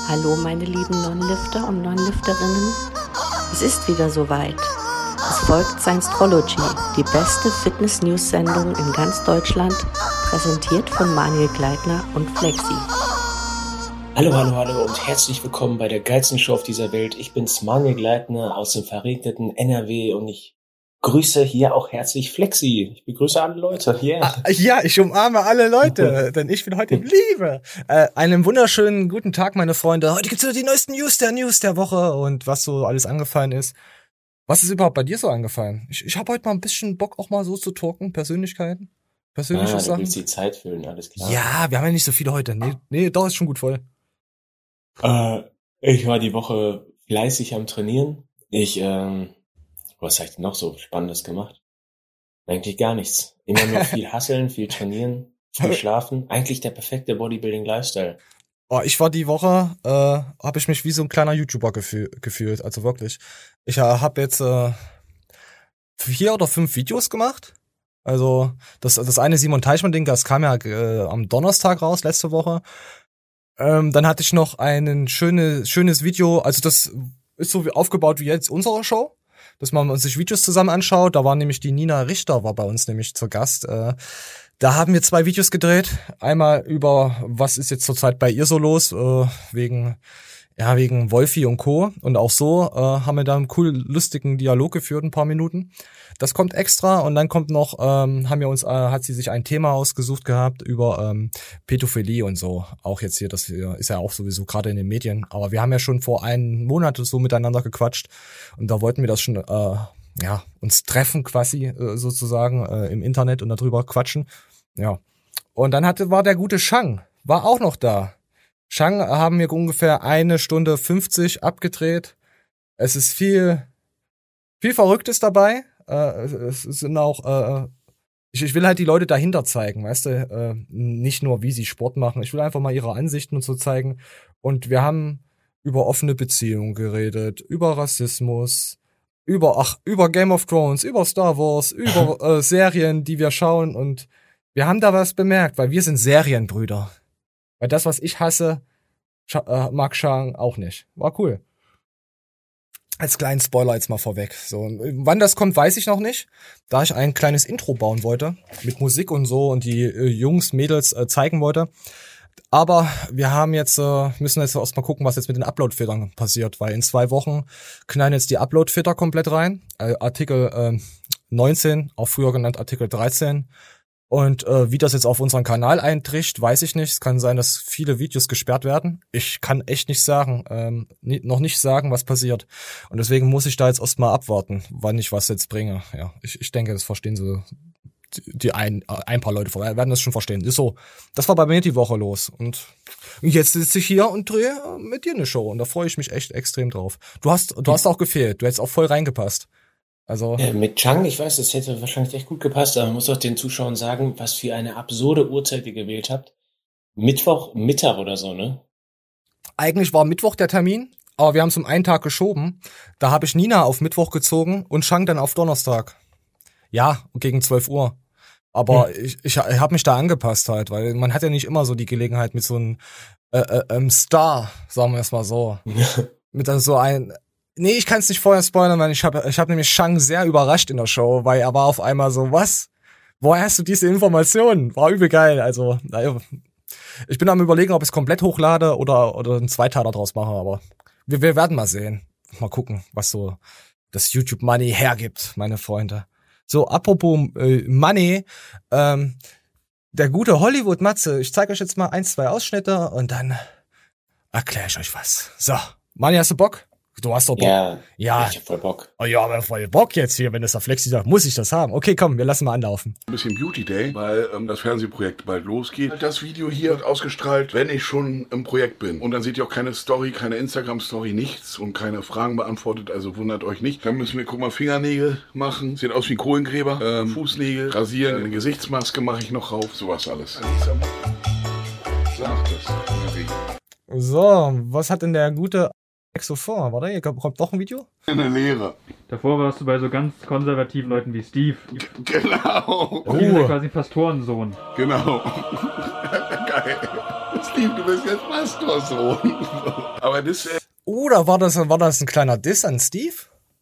Hallo meine lieben Non-Lifter und Non-Lifterinnen. Es ist wieder soweit. Es folgt Science-Trology, die beste Fitness-News-Sendung in ganz Deutschland, präsentiert von Manuel Gleitner und Flexi. Hallo und herzlich willkommen bei der geilsten Show auf dieser Welt. Ich bin's, Manuel Gleitner aus dem verregneten NRW und ich grüße hier auch herzlich Flexi. Ich begrüße alle Leute. Yeah. Ja, ich umarme alle Leute, denn ich bin heute in Liebe. Einen wunderschönen guten Tag, meine Freunde. Heute gibt's wieder die neuesten News der Woche und was so alles angefallen ist. Was ist überhaupt bei dir so angefallen? Ich habe heute mal ein bisschen Bock, auch mal so zu talken, Persönlichkeiten, persönliche Sachen. Du willst die Zeit füllen, alles klar. Ja, wir haben ja nicht so viele heute. Nee, doch, ist schon gut voll. Ich war die Woche fleißig am Trainieren. Was habe ich denn noch so Spannendes gemacht? Eigentlich gar nichts. Immer nur viel hustlen, viel trainieren, viel schlafen. Eigentlich der perfekte Bodybuilding-Lifestyle. Oh, ich war die Woche, habe ich mich wie so ein kleiner YouTuber gefühlt. Also wirklich. Ich habe jetzt 4 oder 5 Videos gemacht. Also das eine Simon Teichmann-Ding, das kam ja am Donnerstag raus, letzte Woche. Dann hatte ich noch ein schönes Video. Also das ist so aufgebaut wie jetzt unsere Show, dass man sich Videos zusammen anschaut. Da war nämlich die Nina Richter, war bei uns nämlich zu Gast. Da haben wir 2 Videos gedreht. Einmal über, was ist jetzt zurzeit bei ihr so los, wegen Wolfi und Co. Und auch so haben wir da einen coolen, lustigen Dialog geführt, ein paar Minuten. Das kommt extra und dann kommt noch, hat sie sich ein Thema ausgesucht gehabt über Pädophilie und so. Auch jetzt hier, das ist ja auch sowieso gerade in den Medien. Aber wir haben ja schon vor einem Monat so miteinander gequatscht und da wollten wir das schon uns treffen quasi sozusagen im Internet und darüber quatschen. Ja. Und dann war der gute Shang, war auch noch da. Shang haben wir ungefähr 1 Stunde 50 abgedreht. Es ist viel Verrücktes dabei. Es sind auch, ich will halt die Leute dahinter zeigen, weißt du, nicht nur wie sie Sport machen. Ich will einfach mal ihre Ansichten und so zeigen. Und wir haben über offene Beziehungen geredet, über Rassismus, über Game of Thrones, über Star Wars, über Serien, die wir schauen. Und wir haben da was bemerkt, weil wir sind Serienbrüder. Weil das, was ich hasse, mag Shang auch nicht. War cool. Als kleinen Spoiler jetzt mal vorweg. So, wann das kommt, weiß ich noch nicht. Da ich ein kleines Intro bauen wollte, mit Musik und so und die Jungs, Mädels zeigen wollte. Aber wir haben müssen jetzt erstmal gucken, was jetzt mit den Upload-Filtern passiert, weil in 2 Wochen knallen jetzt die Upload-Filter komplett rein. Artikel 19, auch früher genannt Artikel 13. Und wie das jetzt auf unseren Kanal eintricht, weiß ich nicht. Es kann sein, dass viele Videos gesperrt werden. Ich kann echt nicht sagen, noch nicht sagen, was passiert. Und deswegen muss ich da jetzt erstmal abwarten, wann ich was jetzt bringe. Ja, ich denke, das verstehen so ein paar Leute werden das schon verstehen. Ist so. Das war bei mir die Woche los. Und jetzt sitze ich hier und drehe mit dir eine Show. Und da freue ich mich echt extrem drauf. Du hast auch gefehlt. Du hättest auch voll reingepasst. Also mit Chang, ich weiß, das hätte wahrscheinlich echt gut gepasst, aber man muss auch den Zuschauern sagen, was für eine absurde Uhrzeit ihr gewählt habt. Mittwoch, Mittag oder so, ne? Eigentlich war Mittwoch der Termin, aber wir haben es um einen Tag geschoben. Da habe ich Nina auf Mittwoch gezogen und Chang dann auf Donnerstag. Ja, gegen 12 Uhr. Aber ich habe mich da angepasst halt, weil man hat ja nicht immer so die Gelegenheit mit so einem Star, sagen wir es mal so. Mit so ein... Nee, ich kann es nicht vorher spoilern, weil ich hab nämlich Shang sehr überrascht in der Show, weil er war auf einmal so, was? Woher hast du diese Informationen? War übel geil, also, naja. Ich bin am Überlegen, ob ich es komplett hochlade oder einen Zweiteiler draus mache, aber wir werden mal sehen. Mal gucken, was so das YouTube Money hergibt, meine Freunde. So, apropos Money, der gute Hollywood Matze, ich zeige euch jetzt mal 1, 2 Ausschnitte und dann erkläre ich euch was. So, Manni, hast du Bock? Du hast doch Bock. Ja, ich hab voll Bock. Oh ja, aber voll Bock jetzt hier, wenn das der Flexi sagt, muss ich das haben. Okay, komm, wir lassen mal anlaufen. Ein bisschen Beauty Day, weil das Fernsehprojekt bald losgeht. Das Video hier wird ausgestrahlt, wenn ich schon im Projekt bin. Und dann seht ihr auch keine Story, keine Instagram-Story, nichts und keine Fragen beantwortet, also wundert euch nicht. Dann müssen wir, guck mal, Fingernägel machen. Sieht aus wie ein Kohlengräber. Fußnägel, rasieren, eine Gesichtsmaske mache ich noch rauf, sowas alles. Sagt es. So, was hat denn der gute so vor? Warte, hier kommt doch ein Video? Eine Lehre. Davor warst du bei so ganz konservativen Leuten wie Steve. Genau. Steve ist quasi Pastorensohn. Genau. Geil. Steve, du bist jetzt Pastorsohn. Aber das Oder war das ein kleiner Diss an Steve?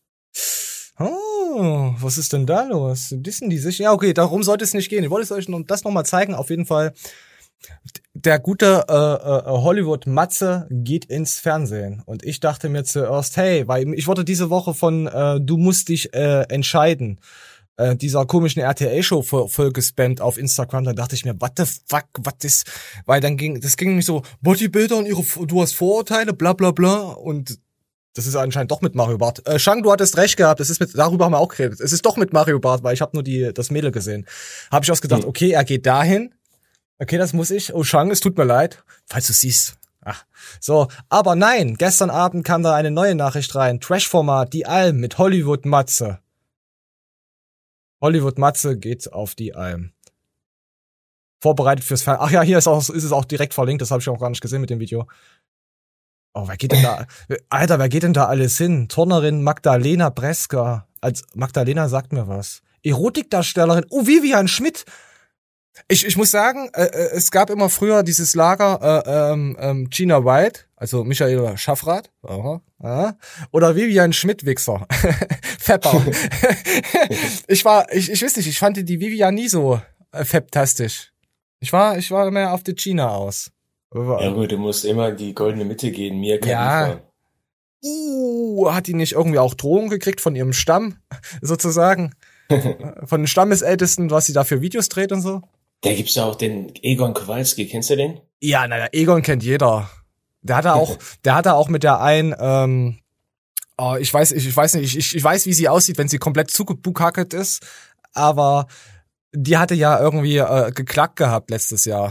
Oh, was ist denn da los? Dissen die sich? Ja, okay, darum sollte es nicht gehen. Ich wollte euch das nochmal zeigen. Auf jeden Fall, der gute Hollywood-Matze geht ins Fernsehen. Und ich dachte mir zuerst, hey, weil ich wurde diese Woche von Du musst dich entscheiden, dieser komischen RTL-Show voll gespammt auf Instagram. Dann dachte ich mir, what the fuck, was ist? Weil das ging nämlich so, Bodybuilder und du hast Vorurteile, bla bla bla. Und das ist anscheinend doch mit Mario Barth. Shang, du hattest recht gehabt, darüber haben wir auch geredet. Es ist doch mit Mario Barth, weil ich habe nur das Mädel gesehen. Habe ich ausgedacht, okay, er geht dahin. Okay, das muss ich. Oh, Shang, es tut mir leid, falls du siehst. Ach, so. Aber nein, gestern Abend kam da eine neue Nachricht rein. Trash-Format, die Alm mit Hollywood Matze. Hollywood Matze geht auf die Alm. Vorbereitet fürs Fernsehen. Ach ja, hier ist es auch direkt verlinkt. Das habe ich auch gar nicht gesehen mit dem Video. Oh, wer geht denn da? Alter, wer geht denn da alles hin? Turnerin Magdalena Breska. Als Magdalena sagt mir was. Erotikdarstellerin. Oh, Vivian Schmidt. Ich muss sagen, es gab immer früher dieses Lager Gina White, also Michaela Schaffrath, oder Vivian Schmidt-Wichser. Fepper. Ich weiß nicht, ich fand die Vivian nie so feptastisch. Ich war mehr auf die Gina aus. Ja gut, du musst immer die goldene Mitte gehen, mir kann hat die nicht irgendwie auch Drohungen gekriegt von ihrem Stamm, sozusagen? Von den Stammesältesten, was sie da für Videos dreht und so? Da gibt's ja auch den Egon Kowalski, kennst du den? Ja, naja, Egon kennt jeder. Der hat auch mit der einen, ich weiß nicht, ich weiß, wie sie aussieht, wenn sie komplett zugebukackelt ist, aber die hatte ja irgendwie geklackt gehabt letztes Jahr,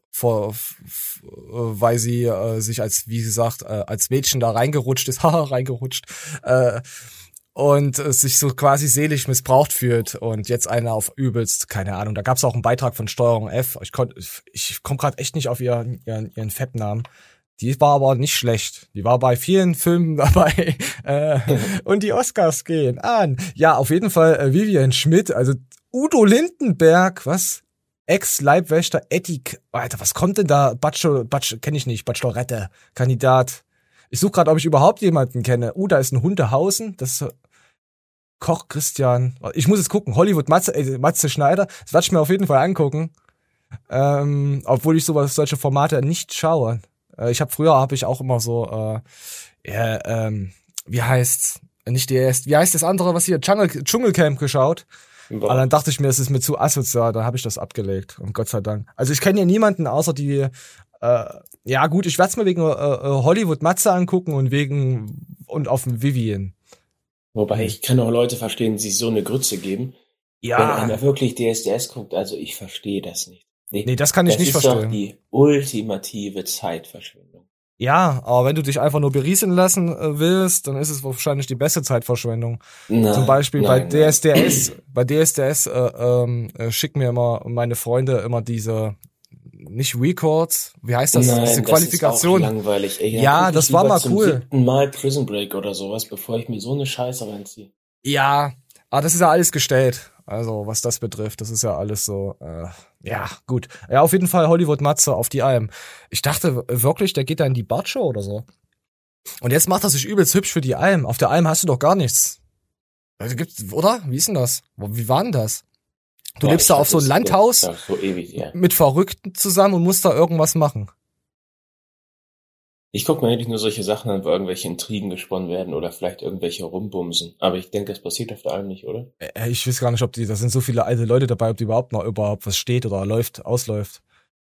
weil sie sich wie gesagt, als Mädchen da reingerutscht ist, und sich so quasi seelisch missbraucht fühlt und jetzt einer auf übelst, keine Ahnung, da gab's auch einen Beitrag von Steuerung F, ich komme gerade echt nicht auf ihren Fab-Namen. Die war aber nicht schlecht. Die war bei vielen Filmen dabei. Und die Oscars gehen an. Ja, auf jeden Fall Vivian Schmidt, also Udo Lindenberg, was? Ex-Leibwächter Eddie, Alter, was kommt denn da? Kenn ich nicht, Bachelorette, Kandidat. Ich suche gerade, ob ich überhaupt jemanden kenne. Da ist ein Hundehausen, das Koch Christian. Ich muss jetzt gucken, Hollywood Matze Schneider, das werde ich mir auf jeden Fall angucken. Obwohl ich solche Formate nicht schaue. Früher habe ich auch immer so, wie heißt das andere, was hier, Dschungelcamp geschaut. Aber dann dachte ich mir, es ist mir zu asozial, dann habe ich das abgelegt. Und Gott sei Dank. Also ich kenne ja niemanden außer die, ja gut, ich werde es mir wegen Hollywood Matze angucken und auf Vivian. Wobei ich kann auch Leute verstehen, die sich so eine Grütze geben. Ja. Wenn einer wirklich DSDS guckt, also ich verstehe das nicht. Nee, das kann ich nicht verstehen. Das ist doch die ultimative Zeitverschwendung. Ja, aber wenn du dich einfach nur berieseln lassen willst, dann ist es wahrscheinlich die beste Zeitverschwendung. Zum Beispiel bei DSDS. Bei DSDS schicken mir immer meine Freunde immer diese, nicht Records, wie heißt das? Nein, diese Qualifikation. Das ist auch langweilig. Ey, ja, das war mal cool. Zum 7. Mal Prison Break oder sowas, bevor ich mir so eine Scheiße reinziehe. Ja, aber das ist ja alles gestellt. Also, was das betrifft, das ist ja alles so, ja, gut. Ja, auf jeden Fall Hollywood Matze auf die Alm. Ich dachte wirklich, der geht da in die Bartshow oder so. Und jetzt macht er sich übelst hübsch für die Alm. Auf der Alm hast du doch gar nichts. Also oder? Wie ist denn das? Wie war denn das? Du lebst da auf so einem Landhaus so ewig, ja. Mit Verrückten zusammen und musst da irgendwas machen. Ich gucke mir eigentlich nur solche Sachen an, wo irgendwelche Intrigen gesponnen werden oder vielleicht irgendwelche rumbumsen. Aber ich denke, das passiert auf der Alm nicht, oder? Ich weiß gar nicht, da sind so viele alte Leute dabei, ob die überhaupt was steht oder ausläuft.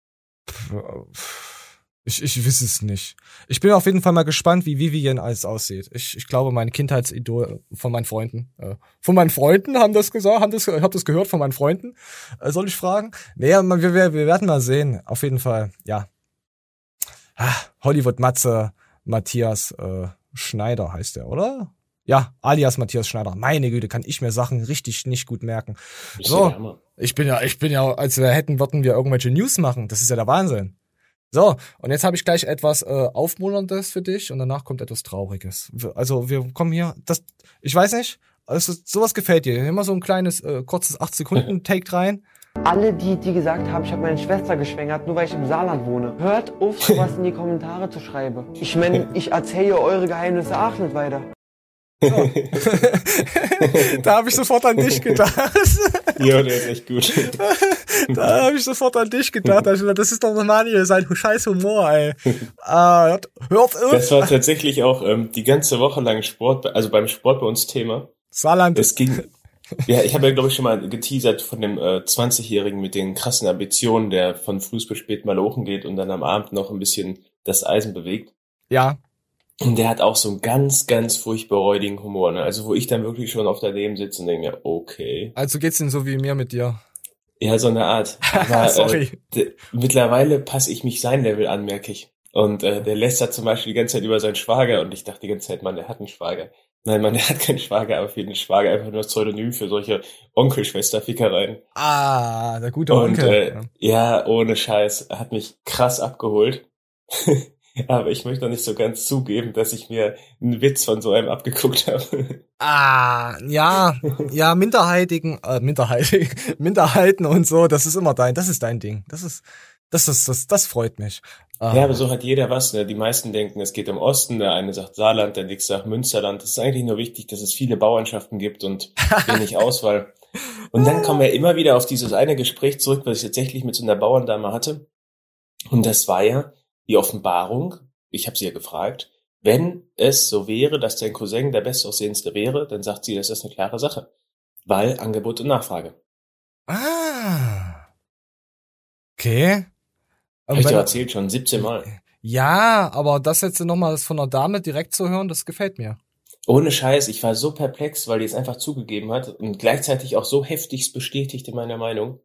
Ich weiß es nicht. Ich bin auf jeden Fall mal gespannt, wie Vivian alles aussieht. Ich glaube, mein Kindheitsidol von meinen Freunden. Von meinen Freunden haben das gesagt, hab das gehört von meinen Freunden. Soll ich fragen? Naja, wir werden mal sehen. Auf jeden Fall, ja. Hollywood Matze Matthias Schneider heißt der, oder? Ja, alias Matthias Schneider. Meine Güte, kann ich mir Sachen richtig nicht gut merken. So, ich bin ja, als würden wir irgendwelche News machen. Das ist ja der Wahnsinn. So, und jetzt habe ich gleich etwas Aufmunterndes für dich und danach kommt etwas Trauriges. Also wir kommen hier, ich weiß nicht, also sowas gefällt dir. Immer so ein kleines, kurzes 8-Sekunden-Take rein. Alle, die gesagt haben, ich habe meine Schwester geschwängert, nur weil ich im Saarland wohne. Hört auf, sowas in die Kommentare zu schreiben. Ich meine, ich erzähle eure Geheimnisse auch nicht weiter. So. Da habe ich sofort an dich gedacht. Ja, der ist echt gut. Da habe ich sofort an dich gedacht. Das ist doch Manuel, sein scheiß Humor, ey. Hört auf. Das war tatsächlich auch die ganze Woche lang Sport, also beim Sport bei uns Thema. Saarland. Es ging. Ja, ich habe ja, glaube ich, schon mal geteasert von dem 20-Jährigen mit den krassen Ambitionen, der von früh bis spät mal lochen geht und dann am Abend noch ein bisschen das Eisen bewegt. Ja. Und der hat auch so einen ganz, ganz furchtbar räudigen Humor, ne? Also wo ich dann wirklich schon auf daneben sitze und denke mir, okay. Also geht's ihm so wie mir mit dir. Ja, so eine Art. Aber Sorry. Mittlerweile passe ich mich sein Level an, merke ich. Und der lästert zum Beispiel die ganze Zeit über seinen Schwager und ich dachte die ganze Zeit, Mann, der hat einen Schwager. Nein, Mann, der hat keinen Schwager, aber für den Schwager einfach nur Pseudonym für solche Onkel-Schwester-Fickereien. Der gute Onkel. Und ja, ohne Scheiß, hat mich krass abgeholt. Aber ich möchte noch nicht so ganz zugeben, dass ich mir einen Witz von so einem abgeguckt habe. Ja, Minderheiten und so, das ist dein Ding. Das freut mich. Ja, aber so hat jeder was, ne? Die meisten denken, es geht um Osten, der eine sagt Saarland, der nächste sagt Münsterland. Es ist eigentlich nur wichtig, dass es viele Bauernschaften gibt und wenig Auswahl. Und dann kommen wir immer wieder auf dieses eine Gespräch zurück, was ich tatsächlich mit so einer Bauerndame hatte. Und das war ja die Offenbarung, ich habe sie ja gefragt, wenn es so wäre, dass dein Cousin der Bestaussehendste wäre, dann sagt sie, das ist eine klare Sache. Weil Angebot und Nachfrage. Okay. Hab ich dir erzählt schon, 17 Mal. Ja, aber das jetzt nochmal von einer Dame direkt zu hören, das gefällt mir. Ohne Scheiß, ich war so perplex, weil die es einfach zugegeben hat und gleichzeitig auch so heftigst bestätigt in meiner Meinung.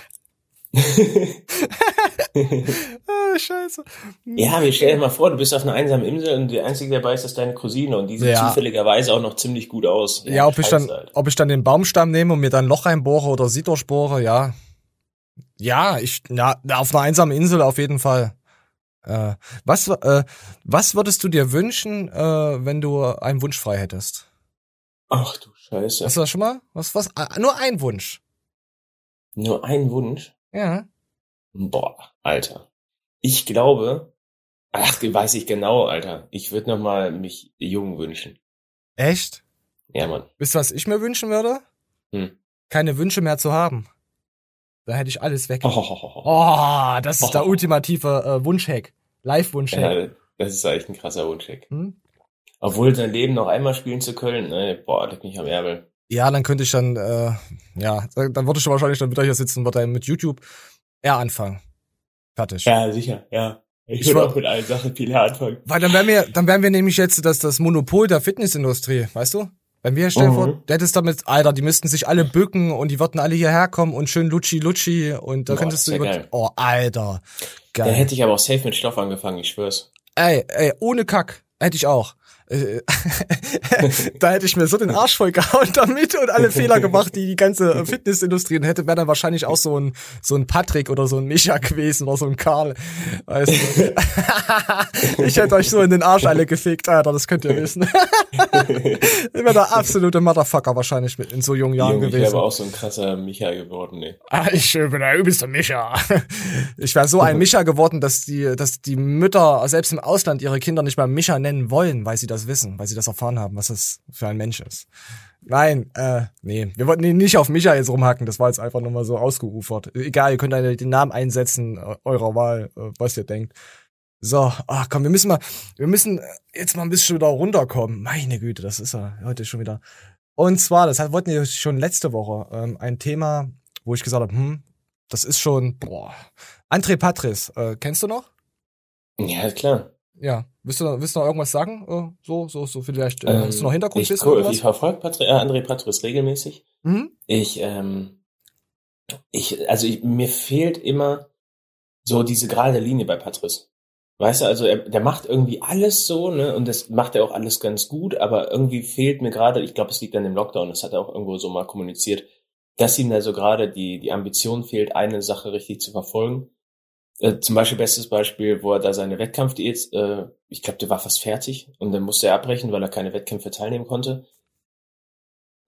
Scheiße. Ja, stell dir mal vor, du bist auf einer einsamen Insel und der Einzige, der dabei ist, ist deine Cousine und die sieht zufälligerweise auch noch ziemlich gut aus. Ja, ob ich dann den Baumstamm nehme und mir dann ein Loch reinbohre oder sie durchbohre, ja. Ja, auf einer einsamen Insel auf jeden Fall. Was würdest du dir wünschen, wenn du einen Wunsch frei hättest? Ach du Scheiße. Hast du das schon mal? Was? Nur ein Wunsch. Nur ein Wunsch? Ja. Boah, Alter. Ich glaube, weiß ich genau, Alter. Ich würde noch mal mich jung wünschen. Echt? Ja, Mann. Wisst ihr, was ich mir wünschen würde? Keine Wünsche mehr zu haben. Da hätte ich alles weg. Das ist der ultimative Wunschhack. Live-Wunschhack. Ja, das ist echt ein krasser Wunschhack. Obwohl sein Leben noch einmal spielen zu können, leck mich am Ärmel. Ja, dann könnte ich dann würde ich wahrscheinlich dann wieder hier sitzen, würde dann mit YouTube anfangen. Fertig. Ja, sicher, ja. Ich würde auch mit allen Sachen viel anfangen. Weil dann wären wir nämlich jetzt das Monopol der Fitnessindustrie, weißt du? Wenn wir stellen vor, der hättest damit, Alter, die müssten sich alle bücken und die würden alle hierher kommen und schön Lutschi und da könntest du geil. Oh, Alter. Geil. Da hätte ich aber auch safe mit Stoff angefangen, ich schwör's. Ey, ohne Kack. Hätte ich auch. Da hätte ich mir so den Arsch voll gehauen damit und alle Fehler gemacht, die ganze Fitnessindustrie und wäre dann wahrscheinlich auch so ein Patrick oder so ein Micha gewesen oder so ein Karl. Weißt du? Ich hätte euch so in den Arsch alle gefickt, Alter, das könnt ihr wissen. Ich wäre der absolute Motherfucker wahrscheinlich in so jungen Jahren gewesen. Ich wäre aber auch so ein krasser Micha geworden, ne. Ich bin der übelste Micha. Ich wäre so ein Micha geworden, dass die Mütter selbst im Ausland ihre Kinder nicht mal Micha nennen wollen, weil sie das wissen, weil sie das erfahren haben, was das für ein Mensch ist. Nein, nee, wir wollten nicht auf Micha jetzt rumhacken, das war jetzt einfach nur mal so ausgeufert. Egal, ihr könnt den Namen einsetzen, eurer Wahl, was ihr denkt. So, komm, wir müssen jetzt mal ein bisschen wieder runterkommen. Meine Güte, das ist ja heute schon wieder. Und zwar, wollten wir schon letzte Woche, ein Thema, wo ich gesagt habe, das ist schon, André Patris, kennst du noch? Ja, klar. Ja, willst du noch irgendwas sagen? So vielleicht, hast du noch Hintergrundwissen? Ich verfolge André Patris regelmäßig. Mir fehlt immer so diese gerade Linie bei Patris. Weißt du, also der macht irgendwie alles so, ne, und das macht er auch alles ganz gut, aber irgendwie fehlt mir gerade, ich glaube, es liegt an dem Lockdown, das hat er auch irgendwo so mal kommuniziert, dass ihm da so gerade die Ambition fehlt, eine Sache richtig zu verfolgen. Zum Beispiel, bestes Beispiel, wo er da seine Wettkampfdiät, ich glaube, der war fast fertig und dann musste er abbrechen, weil er keine Wettkämpfe teilnehmen konnte.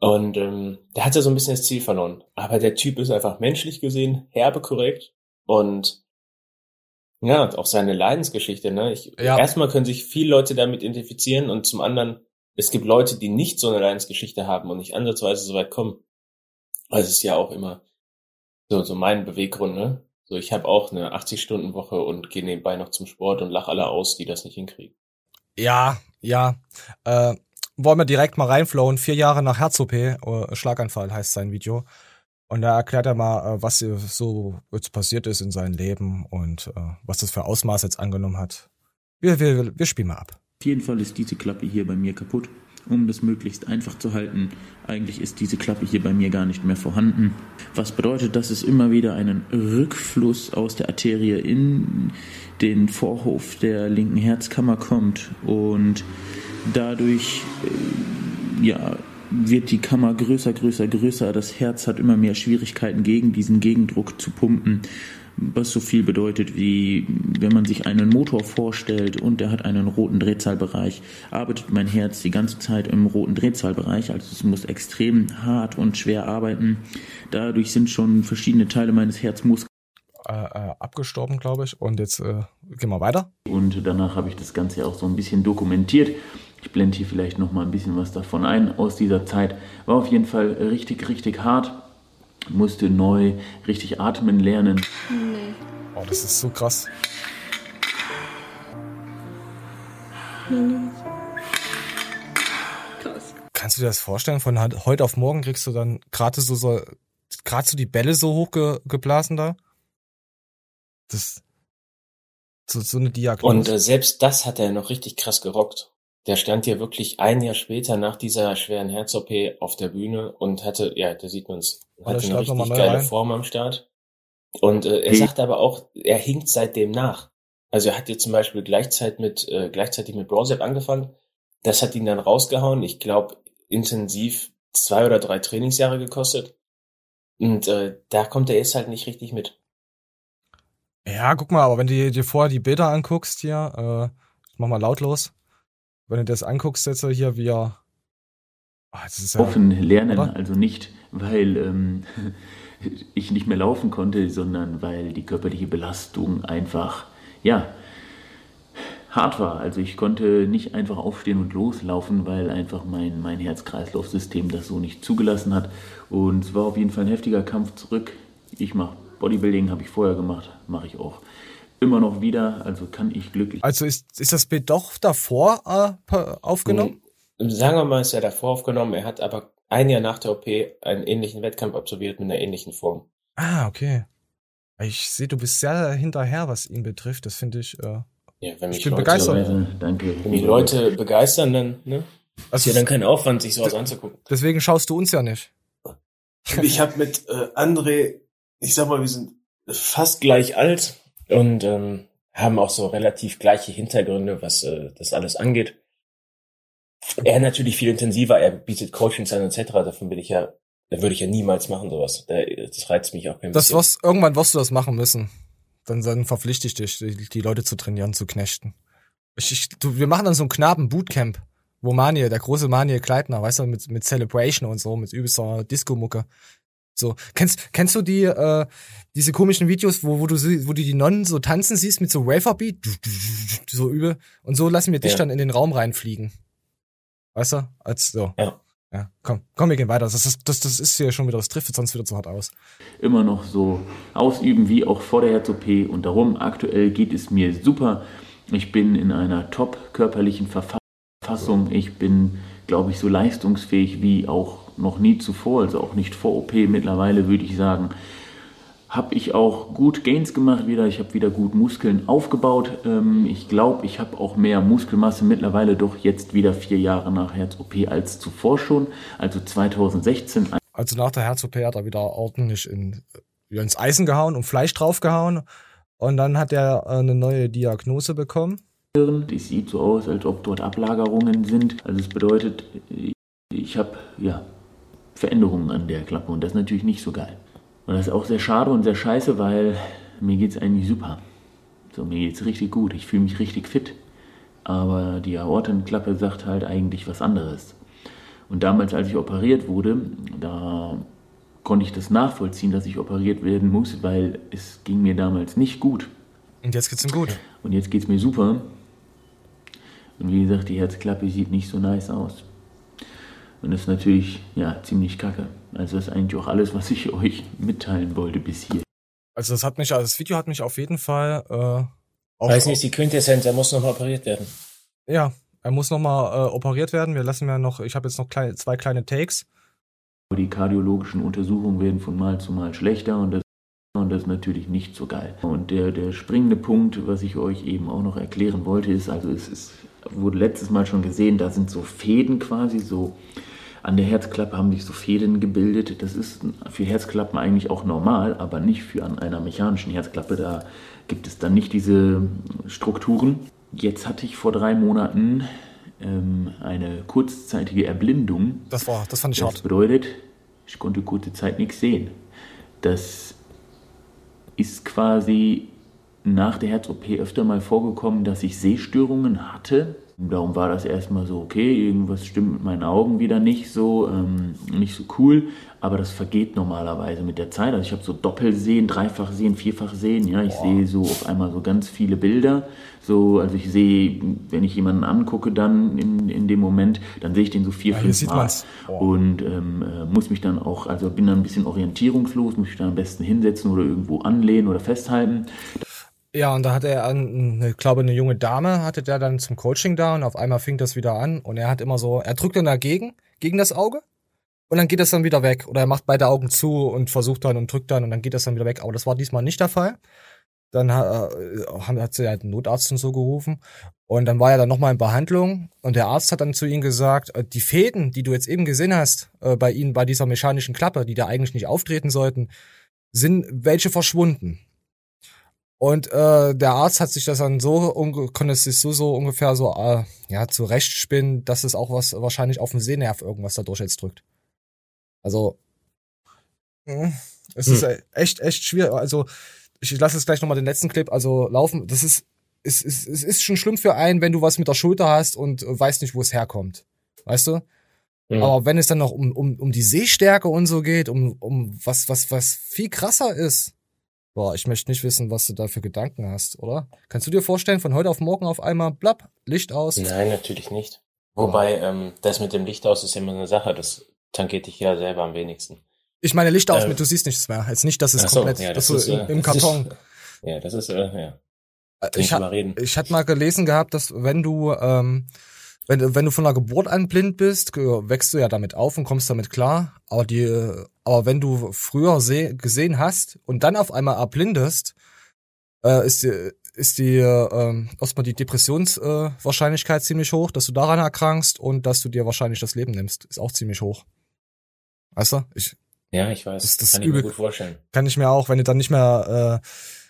Und der hat ja so ein bisschen das Ziel verloren. Aber der Typ ist einfach menschlich gesehen herbe korrekt. Und ja, auch seine Leidensgeschichte, ne? Erstmal können sich viele Leute damit identifizieren und zum anderen, es gibt Leute, die nicht so eine Leidensgeschichte haben und nicht ansatzweise so weit kommen. Also es ist ja auch immer so mein Beweggrund, ne? So, ich habe auch eine 80-Stunden-Woche und gehe nebenbei noch zum Sport und lache alle aus, die das nicht hinkriegen. Ja. Wollen wir direkt mal reinflowen. 4 Jahre nach Herz-OP, Schlaganfall heißt sein Video. Und da erklärt er mal, was so jetzt passiert ist in seinem Leben und was das für Ausmaß jetzt angenommen hat. Wir spielen mal ab. Auf jeden Fall ist diese Klappe hier bei mir kaputt. Um das möglichst einfach zu halten, eigentlich ist diese Klappe hier bei mir gar nicht mehr vorhanden. Was bedeutet, dass es immer wieder einen Rückfluss aus der Arterie in den Vorhof der linken Herzkammer kommt und dadurch wird die Kammer größer. Das Herz hat immer mehr Schwierigkeiten, gegen diesen Gegendruck zu pumpen, was so viel bedeutet wie, wenn man sich einen Motor vorstellt und der hat einen roten Drehzahlbereich, arbeitet mein Herz die ganze Zeit im roten Drehzahlbereich, also es muss extrem hart und schwer arbeiten. Dadurch sind schon verschiedene Teile meines Herzmuskels abgestorben, glaube ich. Und jetzt gehen wir weiter. Und danach habe ich das Ganze auch so ein bisschen dokumentiert. Ich blende hier vielleicht noch mal ein bisschen was davon ein aus dieser Zeit. War auf jeden Fall richtig hart. Musste neu richtig atmen lernen. Nee. Oh, das ist so krass. Krass. Kannst du dir das vorstellen? Von heute auf morgen kriegst du dann gerade so die Bälle so hochgeblasen da? Das so eine Diagnose. Und selbst das hat er noch richtig krass gerockt. Der stand ja wirklich ein Jahr später nach dieser schweren Herz-OP auf der Bühne und hatte, ja, da sieht man's, hatte eine richtig geile Form am Start. Und er sagt aber auch, er hinkt seitdem nach. Also er hat jetzt zum Beispiel gleichzeitig mit Brosep angefangen. Das hat ihn dann rausgehauen. Ich glaube, intensiv 2 oder 3 Trainingsjahre gekostet. Und da kommt er jetzt halt nicht richtig mit. Ja, guck mal, aber wenn du dir vorher die Bilder anguckst hier, ich mach mal lautlos. Wenn du das anguckst jetzt hier, wie er... das ist ja, Laufen lernen, oder? also nicht, weil ich nicht mehr laufen konnte, sondern weil die körperliche Belastung einfach, hart war. Also ich konnte nicht einfach aufstehen und loslaufen, weil einfach mein Herz-Kreislauf-System das so nicht zugelassen hat. Und es war auf jeden Fall ein heftiger Kampf zurück. Ich mache Bodybuilding, habe ich vorher gemacht, mache ich auch immer noch wieder, also kann ich glücklich. Also ist das Bild doch davor aufgenommen? Sagen wir mal, ist er davor aufgenommen. Er hat aber ein Jahr nach der OP einen ähnlichen Wettkampf absolviert mit einer ähnlichen Form. Ah, okay. Ich sehe, du bist sehr hinterher, was ihn betrifft. Das finde ich. Wenn ich bin begeistert. Danke. Wenn die Leute begeistern, dann ist ja dann kein Aufwand, sich sowas anzugucken. Deswegen schaust du uns ja nicht. Ich habe mit André, ich sag mal, wir sind fast gleich alt und haben auch so relativ gleiche Hintergründe, was das alles angeht. Er natürlich viel intensiver, er bietet Coachings an etc. Da würde ich ja niemals machen sowas. Das reizt mich auch kein bisschen. Irgendwann wirst du das machen müssen. Dann verpflichte ich dich, die Leute zu trainieren, zu knechten. Wir machen dann so ein Knaben-Bootcamp, wo der große Maniel Kleitner, weißt du, mit Celebration und so, mit übelster Disco-Mucke. So, kennst du diese komischen Videos, wo du die Nonnen so tanzen siehst mit so Waferbeat, so übel, und so lassen wir dich dann in den Raum reinfliegen. Weißt du? Ja, komm, wir gehen weiter. Das ist hier schon wieder, das trifft sonst wieder zu hart aus. Immer noch so ausüben wie auch vor der Herz-OP und darum aktuell geht es mir super. Ich bin in einer top körperlichen Verfassung. Ich bin, glaube ich, so leistungsfähig wie auch noch nie zuvor, also auch nicht vor OP. Mittlerweile würde ich sagen, habe ich auch gut Gains gemacht wieder. Ich habe wieder gut Muskeln aufgebaut. Ich glaube, ich habe auch mehr Muskelmasse mittlerweile, doch jetzt wieder 4 Jahre nach Herz-OP als zuvor schon. Also 2016. Also nach der Herz-OP hat er wieder ordentlich ins Eisen gehauen und Fleisch draufgehauen. Und dann hat er eine neue Diagnose bekommen. Es sieht so aus, als ob dort Ablagerungen sind. Also es bedeutet, ich habe Veränderungen an der Klappe und das ist natürlich nicht so geil. Und das ist auch sehr schade und sehr scheiße, weil mir geht es eigentlich super. So, mir geht es richtig gut, ich fühle mich richtig fit. Aber die Aortenklappe sagt halt eigentlich was anderes. Und damals, als ich operiert wurde, da konnte ich das nachvollziehen, dass ich operiert werden muss, weil es ging mir damals nicht gut. Und jetzt geht's ihm gut. Und jetzt geht's mir super. Und wie gesagt, die Herzklappe sieht nicht so nice aus. Und das ist natürlich, ja, ziemlich kacke. Also das ist eigentlich auch alles, was ich euch mitteilen wollte bis hier. Also das Video hat mich auf jeden Fall Weiß nicht, die Quintessenz, er muss nochmal operiert werden. Ja, er muss nochmal operiert werden. Ich habe jetzt noch zwei kleine Takes. Die kardiologischen Untersuchungen werden von Mal zu Mal schlechter und das ist natürlich nicht so geil. Und der springende Punkt, was ich euch eben auch noch erklären wollte, ist, also wurde letztes Mal schon gesehen, da sind so Fäden quasi, so an der Herzklappe haben sich so Fäden gebildet. Das ist für Herzklappen eigentlich auch normal, aber nicht für an einer mechanischen Herzklappe. Da gibt es dann nicht diese Strukturen. Jetzt hatte ich vor 3 Monaten eine kurzzeitige Erblindung. Das fand ich hart. Das bedeutet, ich konnte kurze Zeit nichts sehen. Das ist quasi nach der Herz-OP öfter mal vorgekommen, dass ich Sehstörungen hatte. Darum war das erstmal so, okay, irgendwas stimmt mit meinen Augen wieder nicht so cool, aber das vergeht normalerweise mit der Zeit. Also ich habe so Doppelsehen, Dreifachsehen, Vierfachsehen, ja, ich sehe so auf einmal so ganz viele Bilder. So, also ich sehe, wenn ich jemanden angucke dann in dem Moment, dann sehe ich den so 4-5 Mal. Und muss mich dann auch, also bin dann ein bisschen orientierungslos, muss mich dann am besten hinsetzen oder irgendwo anlehnen oder festhalten. Ja, und da hatte er, ich glaube, eine junge Dame hatte der dann zum Coaching da und auf einmal fing das wieder an und er hat immer so, er drückt dann dagegen, gegen das Auge und dann geht das dann wieder weg oder er macht beide Augen zu und versucht dann und drückt dann und dann geht das dann wieder weg, aber das war diesmal nicht der Fall. Dann hat sie halt einen Notarzt und so gerufen und dann war er dann nochmal in Behandlung und der Arzt hat dann zu ihm gesagt, die Fäden, die du jetzt eben gesehen hast, bei ihnen, bei dieser mechanischen Klappe, die da eigentlich nicht auftreten sollten, sind welche verschwunden. Und der Arzt hat sich das dann konnte es sich so ungefähr so zurechtspinnen, dass es auch was wahrscheinlich auf dem Sehnerv irgendwas dadurch jetzt drückt. Also es ist echt schwierig. Also ich lasse jetzt gleich nochmal den letzten Clip laufen. Das ist schon schlimm für einen, wenn du was mit der Schulter hast und weißt nicht, wo es herkommt. Weißt du? Mhm. Aber wenn es dann noch um die Sehstärke und so geht, um was viel krasser ist. Boah, ich möchte nicht wissen, was du da für Gedanken hast, oder? Kannst du dir vorstellen, von heute auf morgen auf einmal, blapp, Licht aus? Nein, natürlich nicht. Wobei, das mit dem Licht aus ist immer eine Sache, das tangiert dich ja selber am wenigsten. Ich meine Licht aus, du siehst nichts mehr. Jetzt nicht, dass es komplett, ja, das ist, im Karton. Das ist, ja. Ich hatte mal gelesen gehabt, dass wenn du von der Geburt an blind bist, wächst du ja damit auf und kommst damit klar. Aber wenn du früher gesehen hast und dann auf einmal erblindest, ist erstmal die Depressionswahrscheinlichkeit ziemlich hoch, dass du daran erkrankst und dass du dir wahrscheinlich das Leben nimmst. Ist auch ziemlich hoch. Weißt du? Ja, ich weiß. Das kann ich mir gut vorstellen. Kann ich mir auch, wenn du dann nicht mehr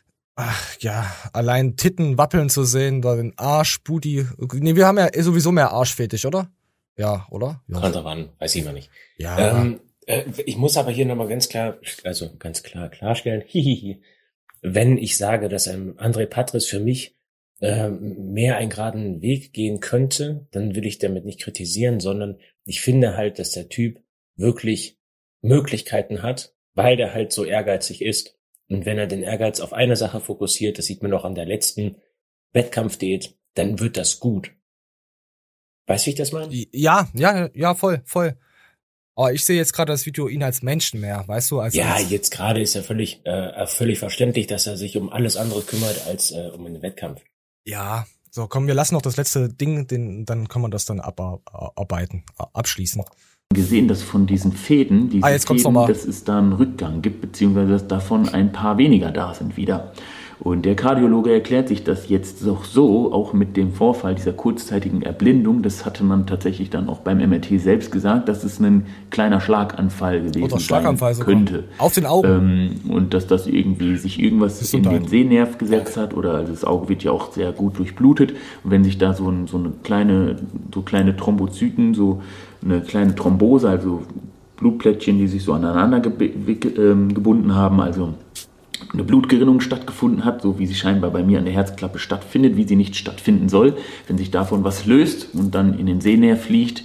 allein Titten wappeln zu sehen, oder den Arsch, Booty. Nee, wir haben ja sowieso mehr Arschfetisch, oder? Ja, oder? Ja. Kommt drauf an, weiß ich mal nicht. Ja. Ich muss aber hier nochmal ganz klar klarstellen, wenn ich sage, dass André Patris für mich mehr einen geraden Weg gehen könnte, dann will ich damit nicht kritisieren, sondern ich finde halt, dass der Typ wirklich Möglichkeiten hat, weil der halt so ehrgeizig ist. Und wenn er den Ehrgeiz auf eine Sache fokussiert, das sieht man auch an der letzten Wettkampfdiät, dann wird das gut. Weißt du, wie ich das meine? Ja, voll. Aber ich sehe jetzt gerade das Video ihn als Menschen mehr, weißt du? Jetzt gerade ist er völlig verständlich, dass er sich um alles andere kümmert als um einen Wettkampf. Ja, so komm, wir lassen noch das letzte Ding, dann kann man das dann abschließen. Gesehen, dass von diesen Fäden, dass es da einen Rückgang gibt, beziehungsweise dass davon ein paar weniger da sind wieder. Und der Kardiologe erklärt sich das jetzt doch so, auch mit dem Vorfall dieser kurzzeitigen Erblindung, das hatte man tatsächlich dann auch beim MRT selbst gesagt, dass es ein kleiner Schlaganfall gewesen sein könnte. Auf den Augen. Und dass das irgendwie sich irgendwas in den Sehnerv gesetzt hat, oder also das Auge wird ja auch sehr gut durchblutet. Und wenn sich da so kleine Thrombozyten, so eine kleine Thrombose, also Blutplättchen, die sich so aneinander gebunden haben, also eine Blutgerinnung stattgefunden hat, so wie sie scheinbar bei mir an der Herzklappe stattfindet, wie sie nicht stattfinden soll. Wenn sich davon was löst und dann in den Sehnerv fliegt,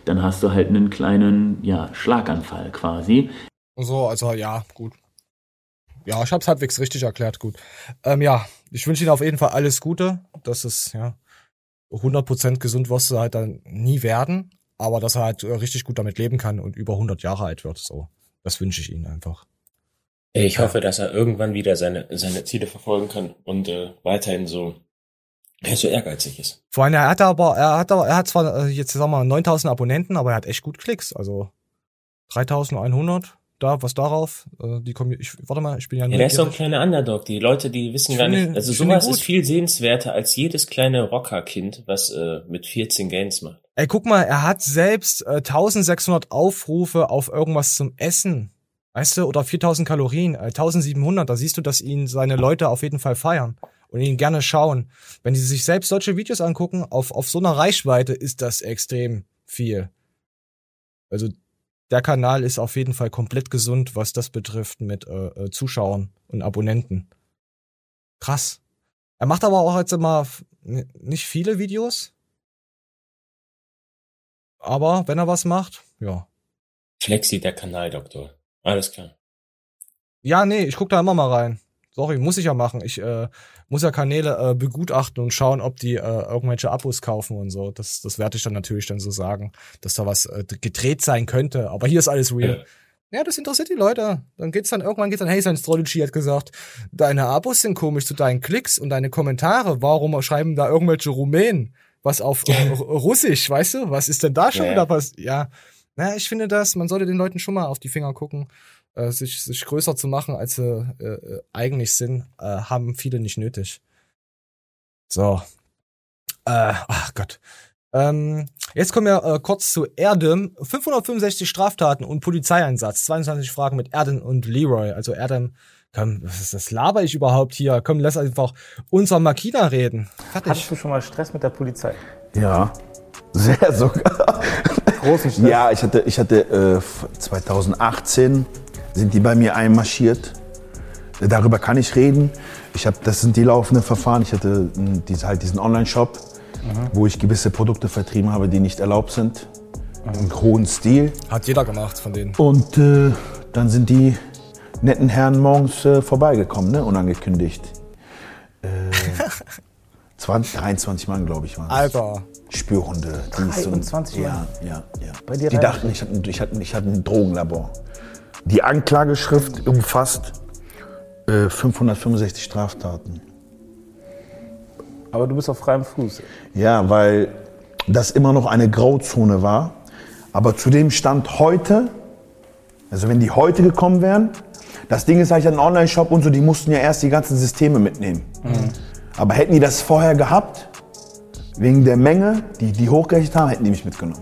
dann hast du halt einen kleinen, Schlaganfall quasi. So, also ja, gut. Ja, ich hab's halbwegs richtig erklärt, gut. Ja, ich wünsche Ihnen auf jeden Fall alles Gute. Das ist, 100% gesund wirst du halt dann nie werden, aber dass er halt richtig gut damit leben kann und über 100 Jahre alt wird, so. Das wünsche ich Ihnen einfach. Ich hoffe, dass er irgendwann wieder seine Ziele verfolgen kann und weiterhin so ehrgeizig ist. Vor allem, er hat zwar jetzt, sagen wir mal, 9.000 Abonnenten, aber er hat echt gut Klicks, also 3.100. Was darauf? Ich bin ja der ist so ein kleiner Underdog. Die Leute, die wissen gar nicht, also sowas ist viel sehenswerter als jedes kleine Rockerkind, was mit 14 Gains macht. Ey, guck mal, er hat selbst 1.600 Aufrufe auf irgendwas zum Essen, weißt du, oder 4.000 Kalorien, 1.700. Da siehst du, dass ihn seine Leute auf jeden Fall feiern und ihn gerne schauen. Wenn die sich selbst solche Videos angucken, auf so einer Reichweite ist das extrem viel. Also der Kanal ist auf jeden Fall komplett gesund, was das betrifft mit Zuschauern und Abonnenten. Krass. Er macht aber auch jetzt immer nicht viele Videos. Aber wenn er was macht, ja. Flexi, der Kanaldoktor. Alles klar. Ja, nee, ich guck da immer mal rein. Sorry, muss ich ja machen. Ich muss ja Kanäle begutachten und schauen, ob die irgendwelche Abos kaufen und so. Das werde ich dann natürlich dann so sagen, dass da was gedreht sein könnte. Aber hier ist alles real. Ja, das interessiert die Leute. Dann irgendwann geht's dann, hey, Scientology hat gesagt, deine Abos sind komisch zu deinen Klicks und deine Kommentare. Warum schreiben da irgendwelche Rumänen was auf Russisch, weißt du? Was ist denn da schon wieder passiert? Ja, naja, ich finde man sollte den Leuten schon mal auf die Finger gucken. Sich größer zu machen, als sie eigentlich sind, haben viele nicht nötig. So. Ach Gott. Jetzt kommen wir kurz zu Erdem. 565 Straftaten und Polizeieinsatz. 22 Fragen mit Erdem und Leroy. Also Erdem, komm, was laber ich überhaupt hier? Komm, lass einfach unser Makina reden. Fertig. Hattest du schon mal Stress mit der Polizei? Ja, sehr sogar. Großen Stress? Ja, ich hatte 2018 sind die bei mir einmarschiert. Darüber kann ich reden. Das sind die laufenden Verfahren. Ich hatte diesen Online-Shop, wo ich gewisse Produkte vertrieben habe, die nicht erlaubt sind. Im hohen Stil. Hat jeder gemacht von denen. Und dann sind die netten Herren morgens vorbeigekommen, ne? Unangekündigt. 23 Mann, glaube ich, waren das. Alter. Spürhunde. 23 Mann? Ja. Bei dir die dachten, ich hatte ein Drogenlabor. Die Anklageschrift umfasst 565 Straftaten. Aber du bist auf freiem Fuß. Ja, weil das immer noch eine Grauzone war. Aber zu dem Stand heute, also wenn die heute gekommen wären, das Ding ist, ich hatte einen Online-Shop und so, die mussten ja erst die ganzen Systeme mitnehmen. Aber hätten die das vorher gehabt, wegen der Menge, die hochgerechnet haben, hätten die mich mitgenommen.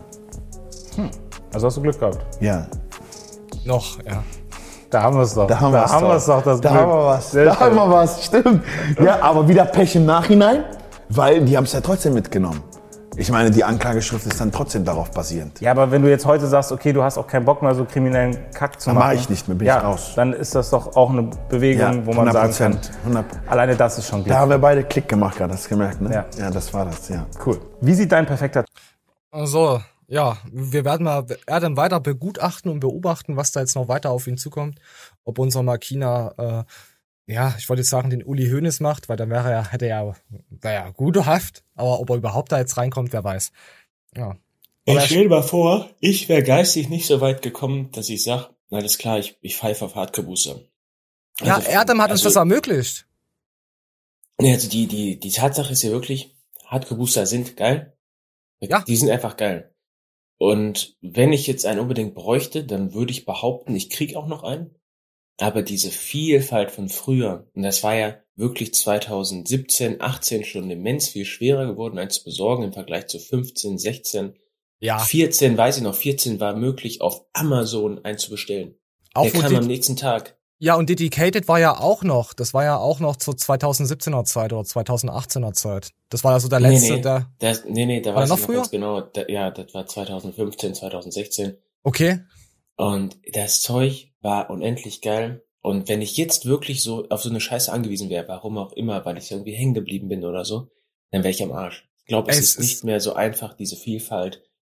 Also hast du Glück gehabt? Ja. Noch, ja. Da haben wir es doch. Da haben wir es doch. Das Da Glück. haben wir was. Sehr Da haben schön. wir was, stimmt. Ja, aber wieder Pech im Nachhinein, weil die haben es ja trotzdem mitgenommen. Ich meine, die Anklageschrift ist dann trotzdem darauf basierend. Ja, aber wenn du jetzt heute sagst, okay, du hast auch keinen Bock mehr, so kriminellen Kack zu Dann machen. mache ich nicht mehr, bin ich raus. Dann ist das doch auch eine Bewegung, wo man sagen kann, 100%. alleine das ist schon Glück. Da haben wir beide Klick gemacht gerade, hast du gemerkt, ne? Ja. Ja, das war das, ja. Cool. Wie sieht dein perfekter Also, ja, wir werden mal Erdem weiter begutachten und beobachten, was da jetzt noch weiter auf ihn zukommt. Ob unser Makina, ich wollte jetzt sagen, den Uli Hoeneß macht, weil dann hätte er gute Haft. Aber ob er überhaupt da jetzt reinkommt, wer weiß. Ja. Ich stell mal vor, ich wäre geistig nicht so weit gekommen, dass ich sag, alles klar, ich pfeife auf Hardcore Booster. Ja, Erdem hat uns das ermöglicht. Nee, also die Tatsache ist ja wirklich, Hardcore Booster sind geil. Ja. Die sind einfach geil. Und wenn ich jetzt einen unbedingt bräuchte, dann würde ich behaupten, ich krieg auch noch einen. Aber diese Vielfalt von früher, und das war ja wirklich 2017, 18 schon immens viel schwerer geworden, einen zu besorgen im Vergleich zu 15, 16. Ja. 14, weiß ich noch, 14 war möglich, auf Amazon einen zu bestellen. Auch Der kam am nächsten Tag. Ja, und Dedicated war ja auch noch. Das war ja auch noch zur 2017er Zeit oder 2018er Zeit. Das war ja so der letzte, da war weiß ich noch noch früher? ganz genau. Das war 2015, 2016. Okay. Und das Zeug war unendlich geil. Und wenn ich jetzt wirklich so auf so eine Scheiße angewiesen wäre, warum auch immer, weil ich irgendwie hängen geblieben bin oder so, dann wäre ich am Arsch. Ich glaube, es ist nicht mehr so einfach, diese Vielfalt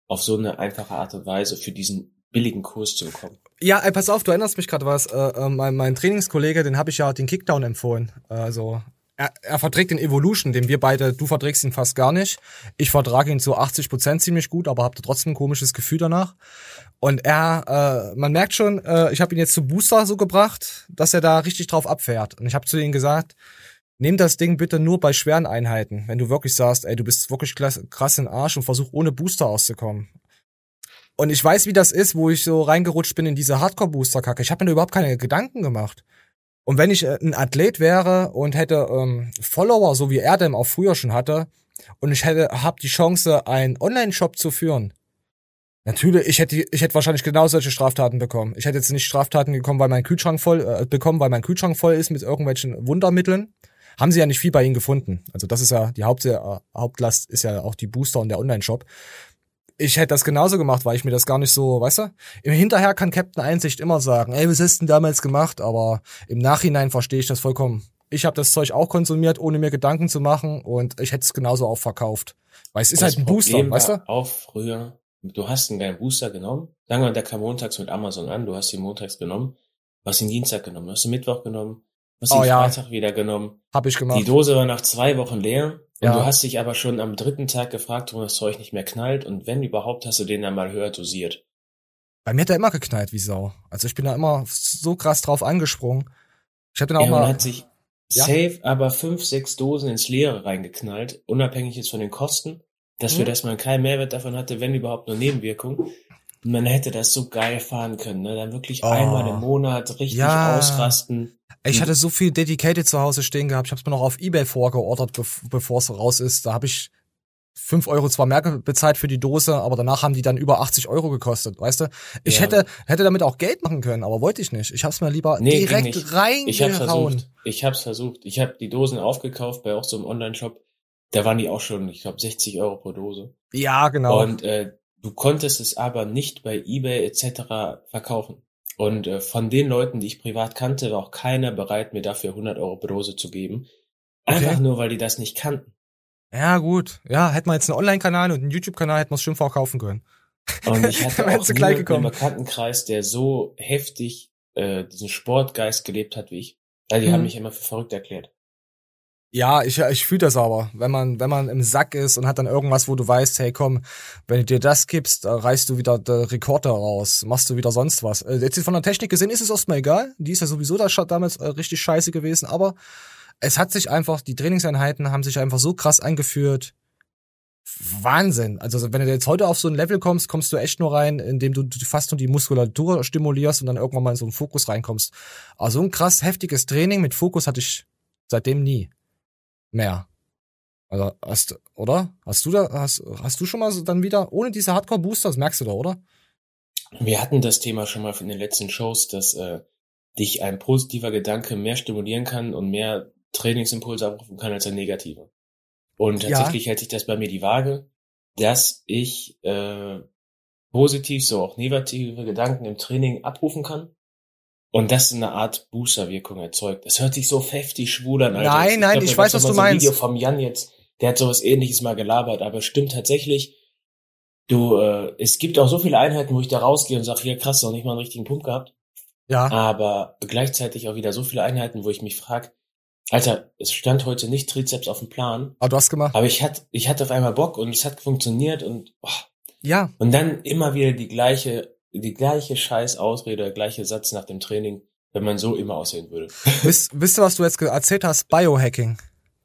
auf so eine einfache Art und Weise für diesen billigen Kurs zu bekommen. Ja, pass auf, du erinnerst mich gerade was. Mein Trainingskollege, den habe ich ja den Kickdown empfohlen. Also er verträgt den Evolution, den wir beide, du verträgst ihn fast gar nicht. Ich vertrage ihn zu 80% ziemlich gut, aber habe trotzdem ein komisches Gefühl danach. Und man merkt schon, ich habe ihn jetzt zu Booster so gebracht, dass er da richtig drauf abfährt. Und ich habe zu ihm gesagt, nimm das Ding bitte nur bei schweren Einheiten. Wenn du wirklich sagst, ey, du bist wirklich krass im Arsch und versuch ohne Booster auszukommen. Und ich weiß, wie das ist, wo ich so reingerutscht bin in diese Hardcore-Booster-Kacke. Ich habe mir da überhaupt keine Gedanken gemacht. Und wenn ich ein Athlet wäre und hätte Follower, so wie er dem auch früher schon hatte, und ich hab die Chance, einen Online-Shop zu führen, natürlich, ich hätte wahrscheinlich genau solche Straftaten bekommen. Ich hätte jetzt nicht Straftaten bekommen, weil mein Kühlschrank voll ist mit irgendwelchen Wundermitteln. Haben sie ja nicht viel bei ihnen gefunden. Also das ist ja die Hauptlast ist ja auch die Booster und der Online-Shop. Ich hätte das genauso gemacht, weil ich mir das gar nicht so, weißt du? Im Hinterher kann Captain Einsicht immer sagen, ey, was hast du denn damals gemacht? Aber im Nachhinein verstehe ich das vollkommen. Ich habe das Zeug auch konsumiert, ohne mir Gedanken zu machen, und ich hätte es genauso auch verkauft. Weil es ist halt ein Booster, weißt du? Auch früher, du hast einen geilen Booster genommen, sagen wir, der kam montags mit Amazon an, du hast ihn montags genommen, du hast ihn Dienstag genommen, du hast ihn Mittwoch genommen, du hast ihn Freitag wieder genommen. Hab ich gemacht. Die Dose war nach 2 Wochen leer. Und Ja. du hast dich aber schon am 3. Tag gefragt, warum das Zeug nicht mehr knallt. Und wenn überhaupt, hast du den dann mal höher dosiert. Bei mir hat er immer geknallt wie Sau. Also ich bin da immer so krass drauf angesprungen. Ich hab dann auch Man mal... hat sich safe aber 5, 6 Dosen ins Leere reingeknallt, unabhängig jetzt von den Kosten, dass man keinen Mehrwert davon hatte, wenn überhaupt nur Nebenwirkungen. Und man hätte das so geil fahren können, ne? Dann wirklich einmal im Monat richtig ausrasten. Ich hatte so viel Dedicated zu Hause stehen gehabt. Ich habe es mir noch auf eBay vorgeordert, bevor es raus ist. Da habe ich 5 Euro zwar mehr bezahlt für die Dose, aber danach haben die dann über 80 Euro gekostet, weißt du? Ich hätte damit auch Geld machen können, aber wollte ich nicht. Ich habe es mir lieber direkt reingehauen. Ich hab's versucht. Ich habe die Dosen aufgekauft bei auch so einem Online-Shop. Da waren die auch schon, ich glaube, 60 Euro pro Dose. Ja, genau. Und du konntest es aber nicht bei eBay etc. verkaufen. Und von den Leuten, die ich privat kannte, war auch keiner bereit, mir dafür 100 Euro pro Dose zu geben. Einfach nur, weil die das nicht kannten. Ja, gut. Ja, hätten wir jetzt einen Online-Kanal und einen YouTube-Kanal, hätten wir es schon verkaufen können. Und ich hatte auch niemanden im Bekanntenkreis, der so heftig diesen Sportgeist gelebt hat wie ich. Weil die haben mich immer für verrückt erklärt. Ja, ich fühle das aber. Wenn man im Sack ist und hat dann irgendwas, wo du weißt, hey komm, wenn du dir das gibst, reißt du wieder den Rekorder raus, machst du wieder sonst was. Jetzt von der Technik gesehen ist es erstmal egal. Die ist ja sowieso damals richtig scheiße gewesen, aber es hat sich einfach, die Trainingseinheiten haben sich einfach so krass eingeführt. Wahnsinn. Also wenn du jetzt heute auf so ein Level kommst, kommst du echt nur rein, indem du fast nur die Muskulatur stimulierst und dann irgendwann mal in so einen Fokus reinkommst. Aber so ein krass heftiges Training mit Fokus hatte ich seitdem nie mehr. Also hast du schon mal so dann wieder ohne diese Hardcore-Booster, das merkst du da, oder? Wir hatten das Thema schon mal von den letzten Shows, dass dich ein positiver Gedanke mehr stimulieren kann und mehr Trainingsimpulse abrufen kann als ein negativer. Und tatsächlich hält sich das bei mir die Waage, dass ich positiv, so auch negative Gedanken im Training abrufen kann. Und das eine Art Boosterwirkung erzeugt. Das hört sich so heftig schwul an, Alter. Nein, ich weiß, was du meinst. Video vom Jan jetzt, der hat sowas Ähnliches mal gelabert, aber stimmt tatsächlich. Es gibt auch so viele Einheiten, wo ich da rausgehe und sage, ja krass, noch nicht mal einen richtigen Pump gehabt. Ja. Aber gleichzeitig auch wieder so viele Einheiten, wo ich mich frage, Alter, es stand heute nicht Trizeps auf dem Plan. Aber du hast gemacht. Aber ich hatte auf einmal Bock und es hat funktioniert und ja. Und dann immer wieder die gleiche scheiß Ausrede, der gleiche Satz nach dem Training, wenn man so immer aussehen würde. Wisst ihr, was du jetzt erzählt hast? Biohacking.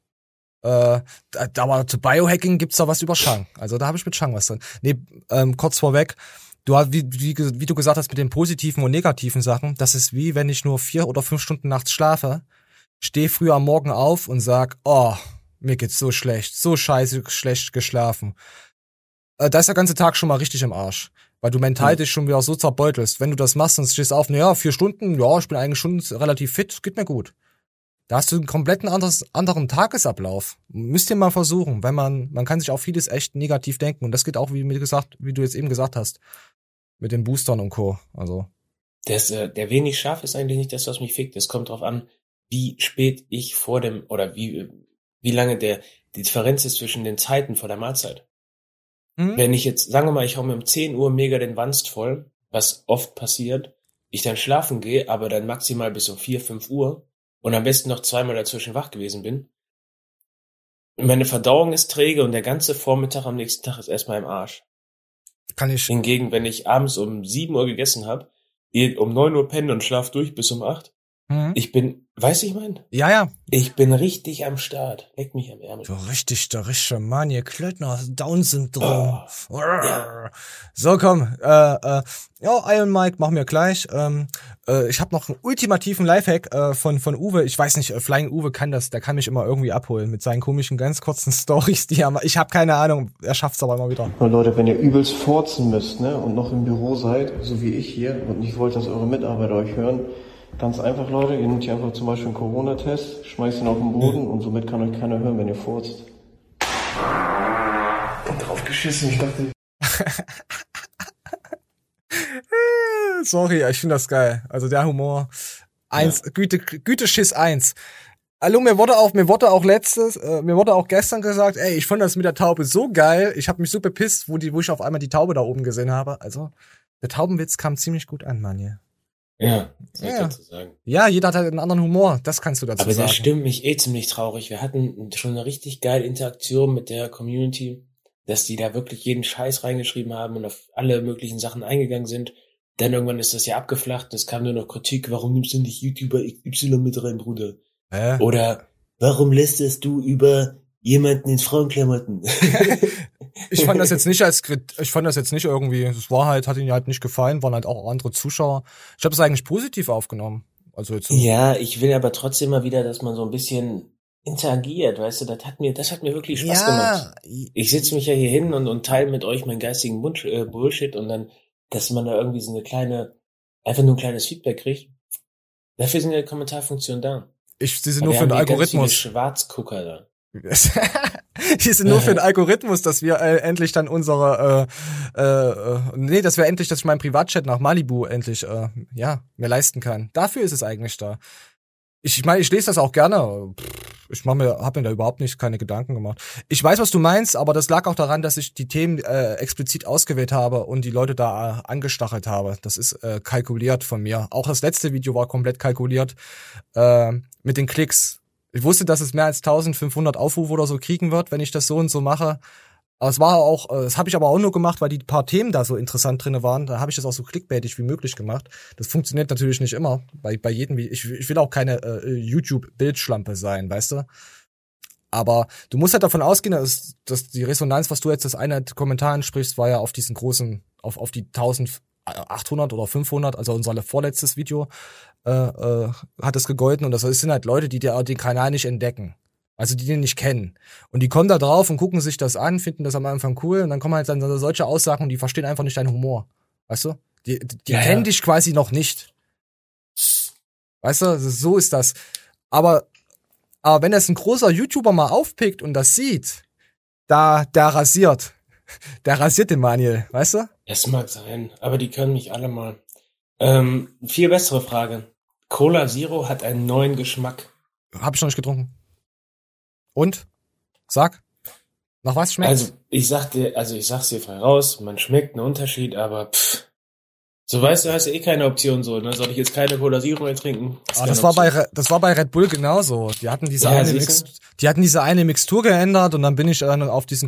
Aber zu Biohacking gibt's da was über Shang. Also da habe ich mit Shang was drin. Nee, kurz vorweg. Du hast, wie du gesagt hast, mit den positiven und negativen Sachen, das ist wie, wenn ich nur 4 oder 5 Stunden nachts schlafe, stehe früh am Morgen auf und sag, oh, mir geht's so schlecht, so scheiße schlecht geschlafen. Da ist der ganze Tag schon mal richtig im Arsch. Weil du mental dich schon wieder so zerbeutelst. Wenn du das machst und stehst auf, 4 Stunden, ich bin eigentlich schon relativ fit, geht mir gut. Da hast du einen kompletten anderen Tagesablauf. Müsst ihr mal versuchen, weil man kann sich auf vieles echt negativ denken. Und das geht auch, wie du jetzt eben gesagt hast, mit den Boostern und Co. Also. Der wenig Schlaf ist eigentlich nicht das, was mich fickt. Es kommt drauf an, wie spät ich oder wie lange die Differenz ist zwischen den Zeiten vor der Mahlzeit. Wenn ich jetzt, sagen wir mal, ich hau mir um 10 Uhr mega den Wanst voll, was oft passiert, ich dann schlafen gehe, aber dann maximal bis um 4, 5 Uhr und am besten noch zweimal dazwischen wach gewesen bin. Meine Verdauung ist träge und der ganze Vormittag am nächsten Tag ist erstmal im Arsch. Kann ich. Hingegen, wenn ich abends um 7 Uhr gegessen habe, um 9 Uhr penne und schlaf durch bis um 8, ich bin, weißt du, ich mein? Ja. Ich bin richtig am Start. Leck mich am Ärmel. So richtig, der richtige Mann, ihr Klöttner, Down-Syndrom. Ja. So, komm, Iron Mike, machen wir gleich. Ich habe noch einen ultimativen Lifehack von Uwe. Ich weiß nicht, Flying Uwe kann das, der kann mich immer irgendwie abholen mit seinen komischen, ganz kurzen Stories, ich habe keine Ahnung, er schafft's aber immer wieder. Leute, wenn ihr übelst furzen müsst, ne, und noch im Büro seid, so wie ich hier, und nicht wollt, dass eure Mitarbeiter euch hören, ganz einfach, Leute, ihr nehmt hier einfach zum Beispiel einen Corona-Test, schmeißt ihn auf den Boden und somit kann euch keiner hören, wenn ihr furzt. Und drauf geschissen, ich dachte... Sorry, ich finde das geil. Also der Humor. Güteschiss 1. Hallo, mir wurde auch gestern gesagt, ey, ich fand das mit der Taube so geil, ich habe mich so bepisst, wo ich auf einmal die Taube da oben gesehen habe. Also, der Taubenwitz kam ziemlich gut an, Mann, hier. Ja, soll ich dazu sagen. Ja, jeder hat halt einen anderen Humor, das kannst du dazu sagen. Aber das stimmt mich ziemlich traurig. Wir hatten schon eine richtig geile Interaktion mit der Community, dass die da wirklich jeden Scheiß reingeschrieben haben und auf alle möglichen Sachen eingegangen sind. Dann irgendwann ist das ja abgeflacht, es kam nur noch Kritik, warum nimmst du nicht YouTuber XY mit rein, Bruder? Oder, warum lästest du über jemanden in Frauenklamotten? Ich fand das jetzt nicht irgendwie, das war halt, hat ihnen halt nicht gefallen, waren halt auch andere Zuschauer. Ich habe es eigentlich positiv aufgenommen. Also jetzt so. Ja, ich will aber trotzdem mal wieder, dass man so ein bisschen interagiert, weißt du, das hat mir wirklich Spaß gemacht. Ich sitze mich ja hier hin und teile mit euch meinen geistigen Bullshit und dann, dass man da irgendwie so einfach nur ein kleines Feedback kriegt. Dafür sind ja die Kommentarfunktionen da. Die sind nur für den Algorithmus. Schwarzgucker da. Die sind nur für den Algorithmus, dass wir endlich dann dass ich meinen Privatchat nach Malibu endlich, mir leisten kann. Dafür ist es eigentlich da. Ich meine, ich lese das auch gerne. Hab mir da überhaupt keine Gedanken gemacht. Ich weiß, was du meinst, aber das lag auch daran, dass ich die Themen explizit ausgewählt habe und die Leute da angestachelt habe. Das ist kalkuliert von mir. Auch das letzte Video war komplett kalkuliert mit den Klicks. Ich wusste, dass es mehr als 1500 Aufrufe oder so kriegen wird, wenn ich das so und so mache. Aber das habe ich aber auch nur gemacht, weil die paar Themen da so interessant drinne waren. Da habe ich das auch so clickbaitig wie möglich gemacht. Das funktioniert natürlich nicht immer. Bei jedem, ich will auch keine YouTube-Bildschlampe sein, weißt du? Aber du musst halt davon ausgehen, dass die Resonanz, was du jetzt das eine Kommentar ansprichst, war ja auf diesen großen, auf die 1800 oder 500, also unser vorletztes Video, hat es gegolten. Und das sind halt Leute, die den Kanal nicht entdecken. Also die den nicht kennen. Und die kommen da drauf und gucken sich das an, finden das am Anfang cool und dann kommen halt dann solche Aussagen und die verstehen einfach nicht deinen Humor. Weißt du? Die kennen dich quasi noch nicht. Weißt du? So ist das. Aber wenn das ein großer YouTuber mal aufpickt und das sieht, der rasiert den Manuel, weißt du? Es mag sein, aber die können mich alle mal. Viel bessere Frage. Cola Zero hat einen neuen Geschmack. Hab ich noch nicht getrunken. Und? Sag. Nach was schmeckt's? Also ich sag's dir frei raus, man schmeckt einen Unterschied, aber so weißt du, hast du keine Option so, ne? Soll ich jetzt keine Cola Zero mehr trinken? Das war bei Red Bull genauso. Die hatten diese eine Mixtur geändert und dann bin ich dann auf diesen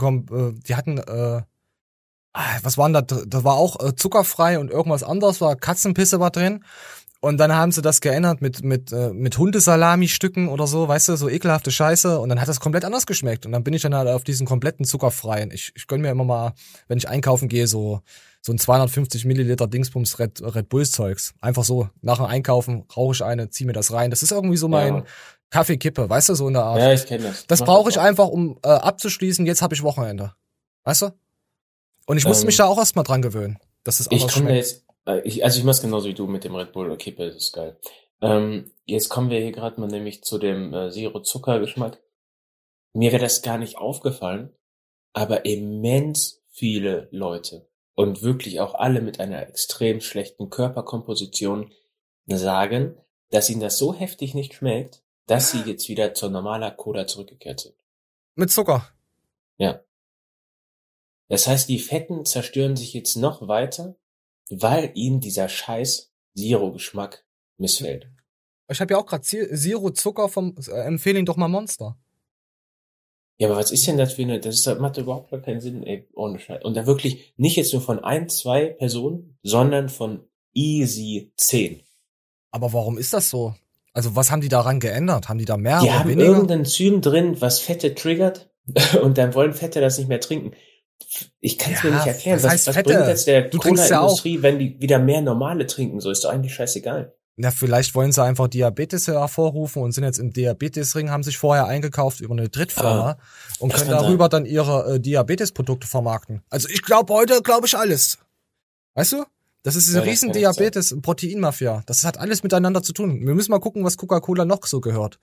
was waren da? Das war auch zuckerfrei und irgendwas anderes, war Katzenpisse war drin. Und dann haben sie das geändert mit Hundesalami-Stücken oder so, weißt du, so ekelhafte Scheiße. Und dann hat das komplett anders geschmeckt. Und dann bin ich dann halt auf diesen kompletten zuckerfreien. Ich gönn mir immer mal, wenn ich einkaufen gehe, so ein 250 Milliliter Dingsbums Red Bulls Zeugs. Einfach so, nach dem Einkaufen rauche ich eine, zieh mir das rein. Das ist irgendwie so mein Kaffeekippe, weißt du, so in der Art. Ja, ich kenne das. Das brauche ich einfach, um abzuschließen. Jetzt habe ich Wochenende. Weißt du? Und ich musste mich da auch erstmal dran gewöhnen, dass das anders schmeckt. Ich mach's genauso wie du mit dem Red Bull und Kippe, das ist geil. Jetzt kommen wir hier gerade mal nämlich zu dem Zero-Zucker-Geschmack. Mir wäre das gar nicht aufgefallen, aber immens viele Leute und wirklich auch alle mit einer extrem schlechten Körperkomposition sagen, dass ihnen das so heftig nicht schmeckt, dass sie jetzt wieder zur normaler Cola zurückgekehrt sind. Mit Zucker? Ja. Das heißt, die Fetten zerstören sich jetzt noch weiter, weil ihnen dieser scheiß Zero-Geschmack missfällt. Ich habe ja auch gerade Zero Zucker empfehle ihn doch mal Monster. Ja, aber was ist denn das für macht überhaupt gar keinen Sinn, ey, ohne Scheiß. Und da wirklich nicht jetzt nur von 1, 2 Personen, sondern von easy 10. Aber warum ist das so? Also was haben die daran geändert? Haben die da mehr Die oder haben weniger? irgendein Enzym drin, was Fette triggert und dann wollen Fette das nicht mehr trinken. Ich kann es mir nicht erklären. was heißt Was Fette? bringt jetzt der Du trinkst ja auch. Cola-Industrie, wenn die wieder mehr normale trinken? So ist doch eigentlich scheißegal. Ja, vielleicht wollen sie einfach Diabetes hervorrufen und sind jetzt im Diabetesring, haben sich vorher eingekauft über eine Drittfirma und das können kann darüber dann ihre Diabetesprodukte vermarkten. Also ich glaube ich alles. Weißt du? Das ist diese Ja, das riesen kann echt sein. Diabetes- und Proteinmafia. Das hat alles miteinander zu tun. Wir müssen mal gucken, was Coca-Cola noch so gehört.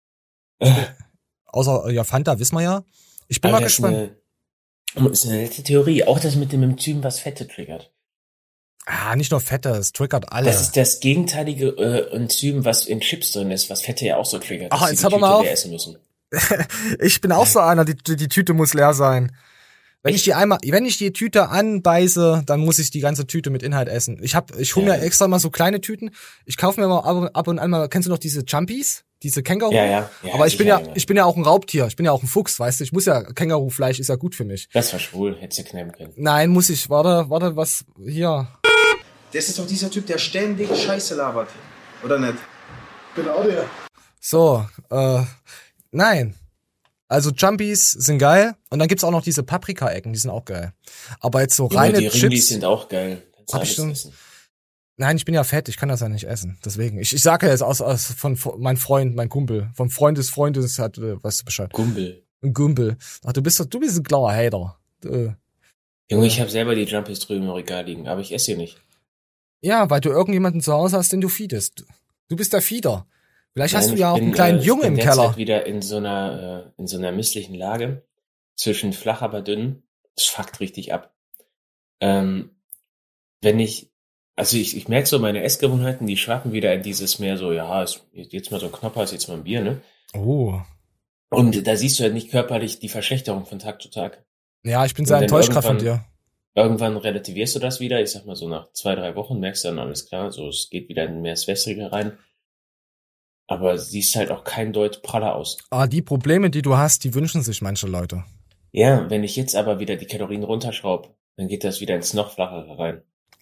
Außer, ja, Fanta wissen wir ja. Ich bin Aber mal das gespannt. ist eine nette Theorie. Auch das mit dem Enzym, was Fette triggert. Nicht nur Fette, es triggert alle. Das ist das gegenteilige Enzym, was in Chips drin ist, was Fette ja auch so triggert. Ach, dass jetzt sie hör die doch mal Tüte auf. leer essen müssen. Ich bin auch so einer, die Tüte muss leer sein. Wenn ich die Tüte anbeiße, dann muss ich die ganze Tüte mit Inhalt essen. Ich hole mir extra mal so kleine Tüten. Ich kaufe mir mal ab und an mal, kennst du noch diese Jumpies? Diese Känguru? Ja, Aber ich bin sicher, ja auch ein Raubtier. Ich bin ja auch ein Fuchs, weißt du? Ich muss ja, Kängurufleisch ist ja gut für mich. Das war schwul, hättest du kneipen können. Nein, muss ich. Warte, was, hier. Das ist doch dieser Typ, der ständig Scheiße labert. Oder nicht? Genau der. So, nein. Also Jumpies sind geil. Und dann gibt's auch noch diese Paprika-Ecken, die sind auch geil. Aber jetzt so reine die Ringlis Chips. sind auch geil. Kannst du Hab ich alles schon. essen. Nein, ich bin ja fett, ich kann das ja nicht essen. Deswegen. Ich sage ja jetzt aus von mein Freund, mein Kumpel. Vom Freundes, weißt du Bescheid. Gumbel. Ein Gumpel. Ach, du bist ein blauer Hater. Junge, ich habe selber die Jumpies drüben im Regal liegen, aber ich esse sie nicht. Ja, weil du irgendjemanden zu Hause hast, den du feedest. Du bist der Feeder. Vielleicht hast Nein, du ja ich auch bin, einen kleinen Jungen im Ich bin Keller. derzeit wieder in so einer misslichen Lage. Zwischen flach, aber dünn. Das fuckt richtig ab. Wenn ich merke so, meine Essgewohnheiten, die schwappen wieder in dieses mehr so, ja, ist jetzt mal so ein Knopper, ist jetzt mal ein Bier, ne? Oh. Und da siehst du halt nicht körperlich die Verschlechterung von Tag zu Tag. Ja, ich bin Und sehr dann enttäuscht gerade von dir. Irgendwann relativierst du das wieder. Ich sag mal so nach 2, 3 Wochen merkst du dann alles klar. So, es geht wieder in mehr das Wässrige rein. Aber siehst halt auch kein Deut praller aus. Die Probleme, die du hast, die wünschen sich manche Leute. Ja, wenn ich jetzt aber wieder die Kalorien runterschraube, dann geht das wieder ins noch flachere rein.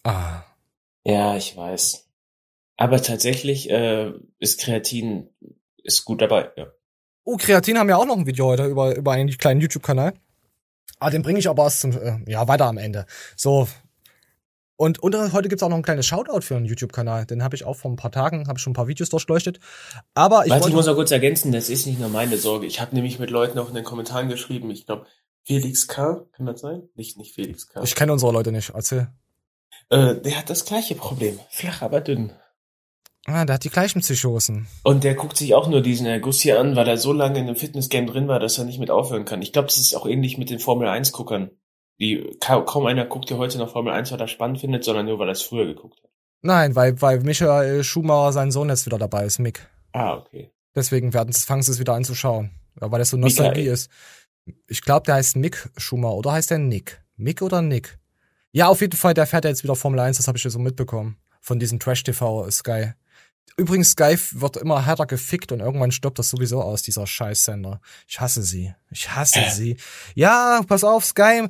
Ja, ich weiß. Aber tatsächlich ist Kreatin ist gut dabei, ja. Oh, Kreatin haben ja auch noch ein Video heute über einen kleinen YouTube-Kanal. Den bringe ich aber erst weiter am Ende. So. Und heute gibt's auch noch ein kleines Shoutout für einen YouTube-Kanal. Den habe ich auch vor ein paar Tagen, schon ein paar Videos durchleuchtet. Aber ich muss auch kurz ergänzen, das ist nicht nur meine Sorge. Ich habe nämlich mit Leuten auch in den Kommentaren geschrieben, ich glaube, Felix K., kann das sein? Nicht Felix K. Ich kenne unsere Leute nicht, erzähl. Der hat das gleiche Problem. Flach, aber dünn. Der hat die gleichen Psychosen. Und der guckt sich auch nur diesen Erguss hier an, weil er so lange in dem Fitnessgame drin war, dass er nicht mit aufhören kann. Ich glaube, das ist auch ähnlich mit den Formel-1-Guckern. Kaum einer guckt ja heute noch Formel 1, weil er spannend findet, sondern nur, weil er es früher geguckt hat. Nein, weil Michael Schumacher, sein Sohn, jetzt wieder dabei ist, Mick. Okay. Deswegen fangen sie es wieder an zu schauen. Ja, weil das so Nostalgie ist. Ich glaube, der heißt Mick Schumacher, oder heißt der Nick? Mick oder Nick? Ja, auf jeden Fall, der fährt ja jetzt wieder Formel 1, das habe ich ja so mitbekommen. Von diesem Trash-TV Sky. Übrigens, Sky wird immer härter gefickt und irgendwann stirbt das sowieso aus, dieser Scheißsender. Ich hasse sie. Sie. Ja, pass auf, Sky,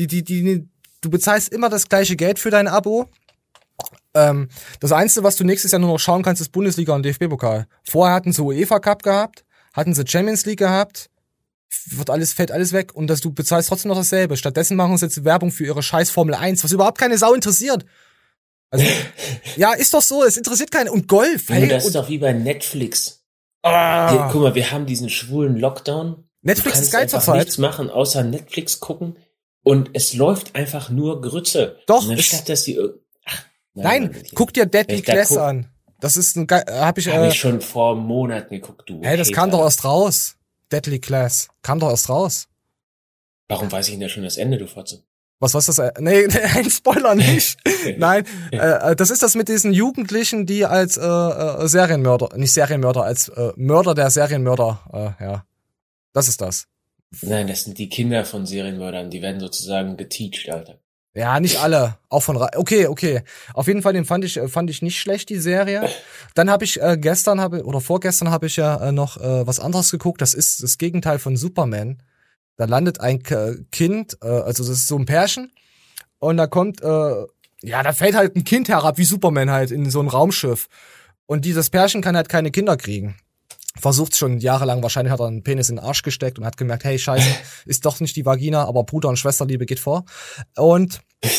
du bezahlst immer das gleiche Geld für dein Abo. Das Einzige, was du nächstes Jahr nur noch schauen kannst, ist Bundesliga und DFB-Pokal. Vorher hatten sie UEFA Cup gehabt, hatten sie Champions League gehabt, fällt alles weg und du bezahlst trotzdem noch dasselbe. Stattdessen machen sie jetzt Werbung für ihre scheiß Formel 1, was überhaupt keine Sau interessiert. Also, ja, ist doch so, es interessiert keinen. Und Golf, hey. Das ist doch wie bei Netflix. Guck mal, wir haben diesen schwulen Lockdown. Netflix ist geil zur Zeit. Du kannst nichts machen, außer Netflix gucken. Und es läuft einfach nur Grütze. Doch. Statt dass die, nein, guck dir Deadly Class an. Das ist ein hab ich schon vor Monaten geguckt, du. Hey, das kam doch erst raus. Deadly Class. Kam doch erst raus. Warum weiß ich denn schon das Ende, du Fotze? Was das? Nee, ein Spoiler nicht. Nein, das ist das mit diesen Jugendlichen, die als Serienmörder, nicht Serienmörder, als Mörder der Serienmörder, ja. Das ist das. Nein, das sind die Kinder von Serienmördern, die werden sozusagen geteacht, Alter. Ja, nicht alle. Auch von okay. Auf jeden Fall, den fand ich nicht schlecht, die Serie. Dann habe ich vorgestern habe ich ja noch was anderes geguckt. Das ist das Gegenteil von Superman. Da landet ein Kind, also das ist so ein Pärchen, und da kommt, da fällt halt ein Kind herab, wie Superman halt, in so ein Raumschiff. Und dieses Pärchen kann halt keine Kinder kriegen. Versucht schon jahrelang, wahrscheinlich hat er einen Penis in den Arsch gesteckt und hat gemerkt, hey, scheiße, ist doch nicht die Vagina, aber Bruder- und Schwesterliebe geht vor. Und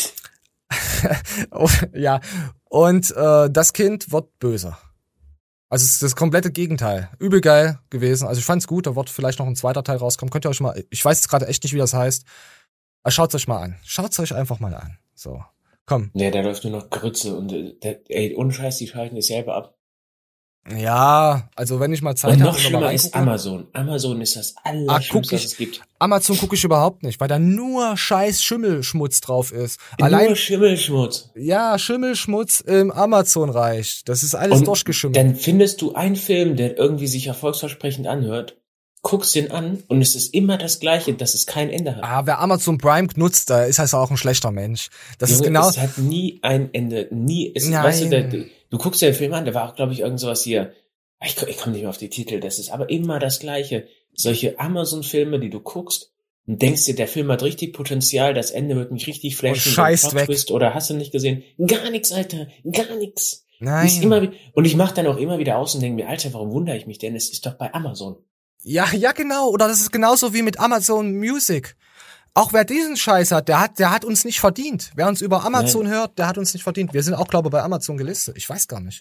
das Kind wird böse. Also es ist das komplette Gegenteil. Übel geil gewesen. Also ich fand's gut, da wird vielleicht noch ein zweiter Teil rauskommen. Könnt ihr euch mal, ich weiß jetzt gerade echt nicht, wie das heißt. Aber schaut's euch mal an. Schaut's euch einfach mal an. So, komm. Nee, da läuft nur noch Grütze und ohne Scheiß, die schalten dasselbe ab. Ja, also wenn ich mal Zeit habe. Und habe, noch schlimmer ist Amazon. Amazon ist das Allerschlimmste, was es gibt. Amazon gucke ich überhaupt nicht, weil da nur scheiß Schimmelschmutz drauf ist. Nur Schimmelschmutz. Ja, Schimmelschmutz im Amazon-Reich. Das ist alles durchgeschimmelt. Dann findest du einen Film, der irgendwie sich erfolgsversprechend anhört, guckst den an und es ist immer das Gleiche, dass es kein Ende hat. Wer Amazon Prime nutzt, da ist halt auch ein schlechter Mensch. Das ist genau. Es hat nie ein Ende. Nie. Weißt du guckst dir den Film an, da war auch, glaube ich, irgend sowas hier. Ich komme nicht mehr auf die Titel. Das ist aber immer das Gleiche. Solche Amazon-Filme, die du guckst und denkst dir, der Film hat richtig Potenzial, das Ende wird mich richtig flashen. Scheiß weg. Oder hast du nicht gesehen? Gar nichts, Alter. Gar nichts. Nein. Und ich mach dann auch immer wieder aus und denke mir, Alter, warum wundere ich mich denn? Es ist doch bei Amazon. Ja, genau. Oder das ist genauso wie mit Amazon Music. Auch wer diesen Scheiß hat, der hat uns nicht verdient. Wer uns über Amazon hört, der hat uns nicht verdient. Wir sind auch, glaube ich, bei Amazon gelistet. Ich weiß gar nicht.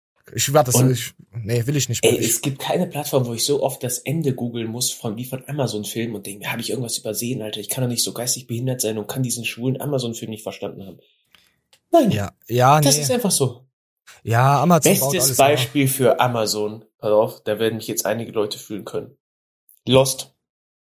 Will ich nicht. Es gibt keine Plattform, wo ich so oft das Ende googeln muss von Amazon-Filmen und denke mir, habe ich irgendwas übersehen, Alter? Ich kann doch nicht so geistig behindert sein und kann diesen schwulen Amazon-Film nicht verstanden haben. Nein. Das ist einfach so. Ja, Amazon Bestes Beispiel für Amazon. Pass auf, da werden mich jetzt einige Leute fühlen können. Lost?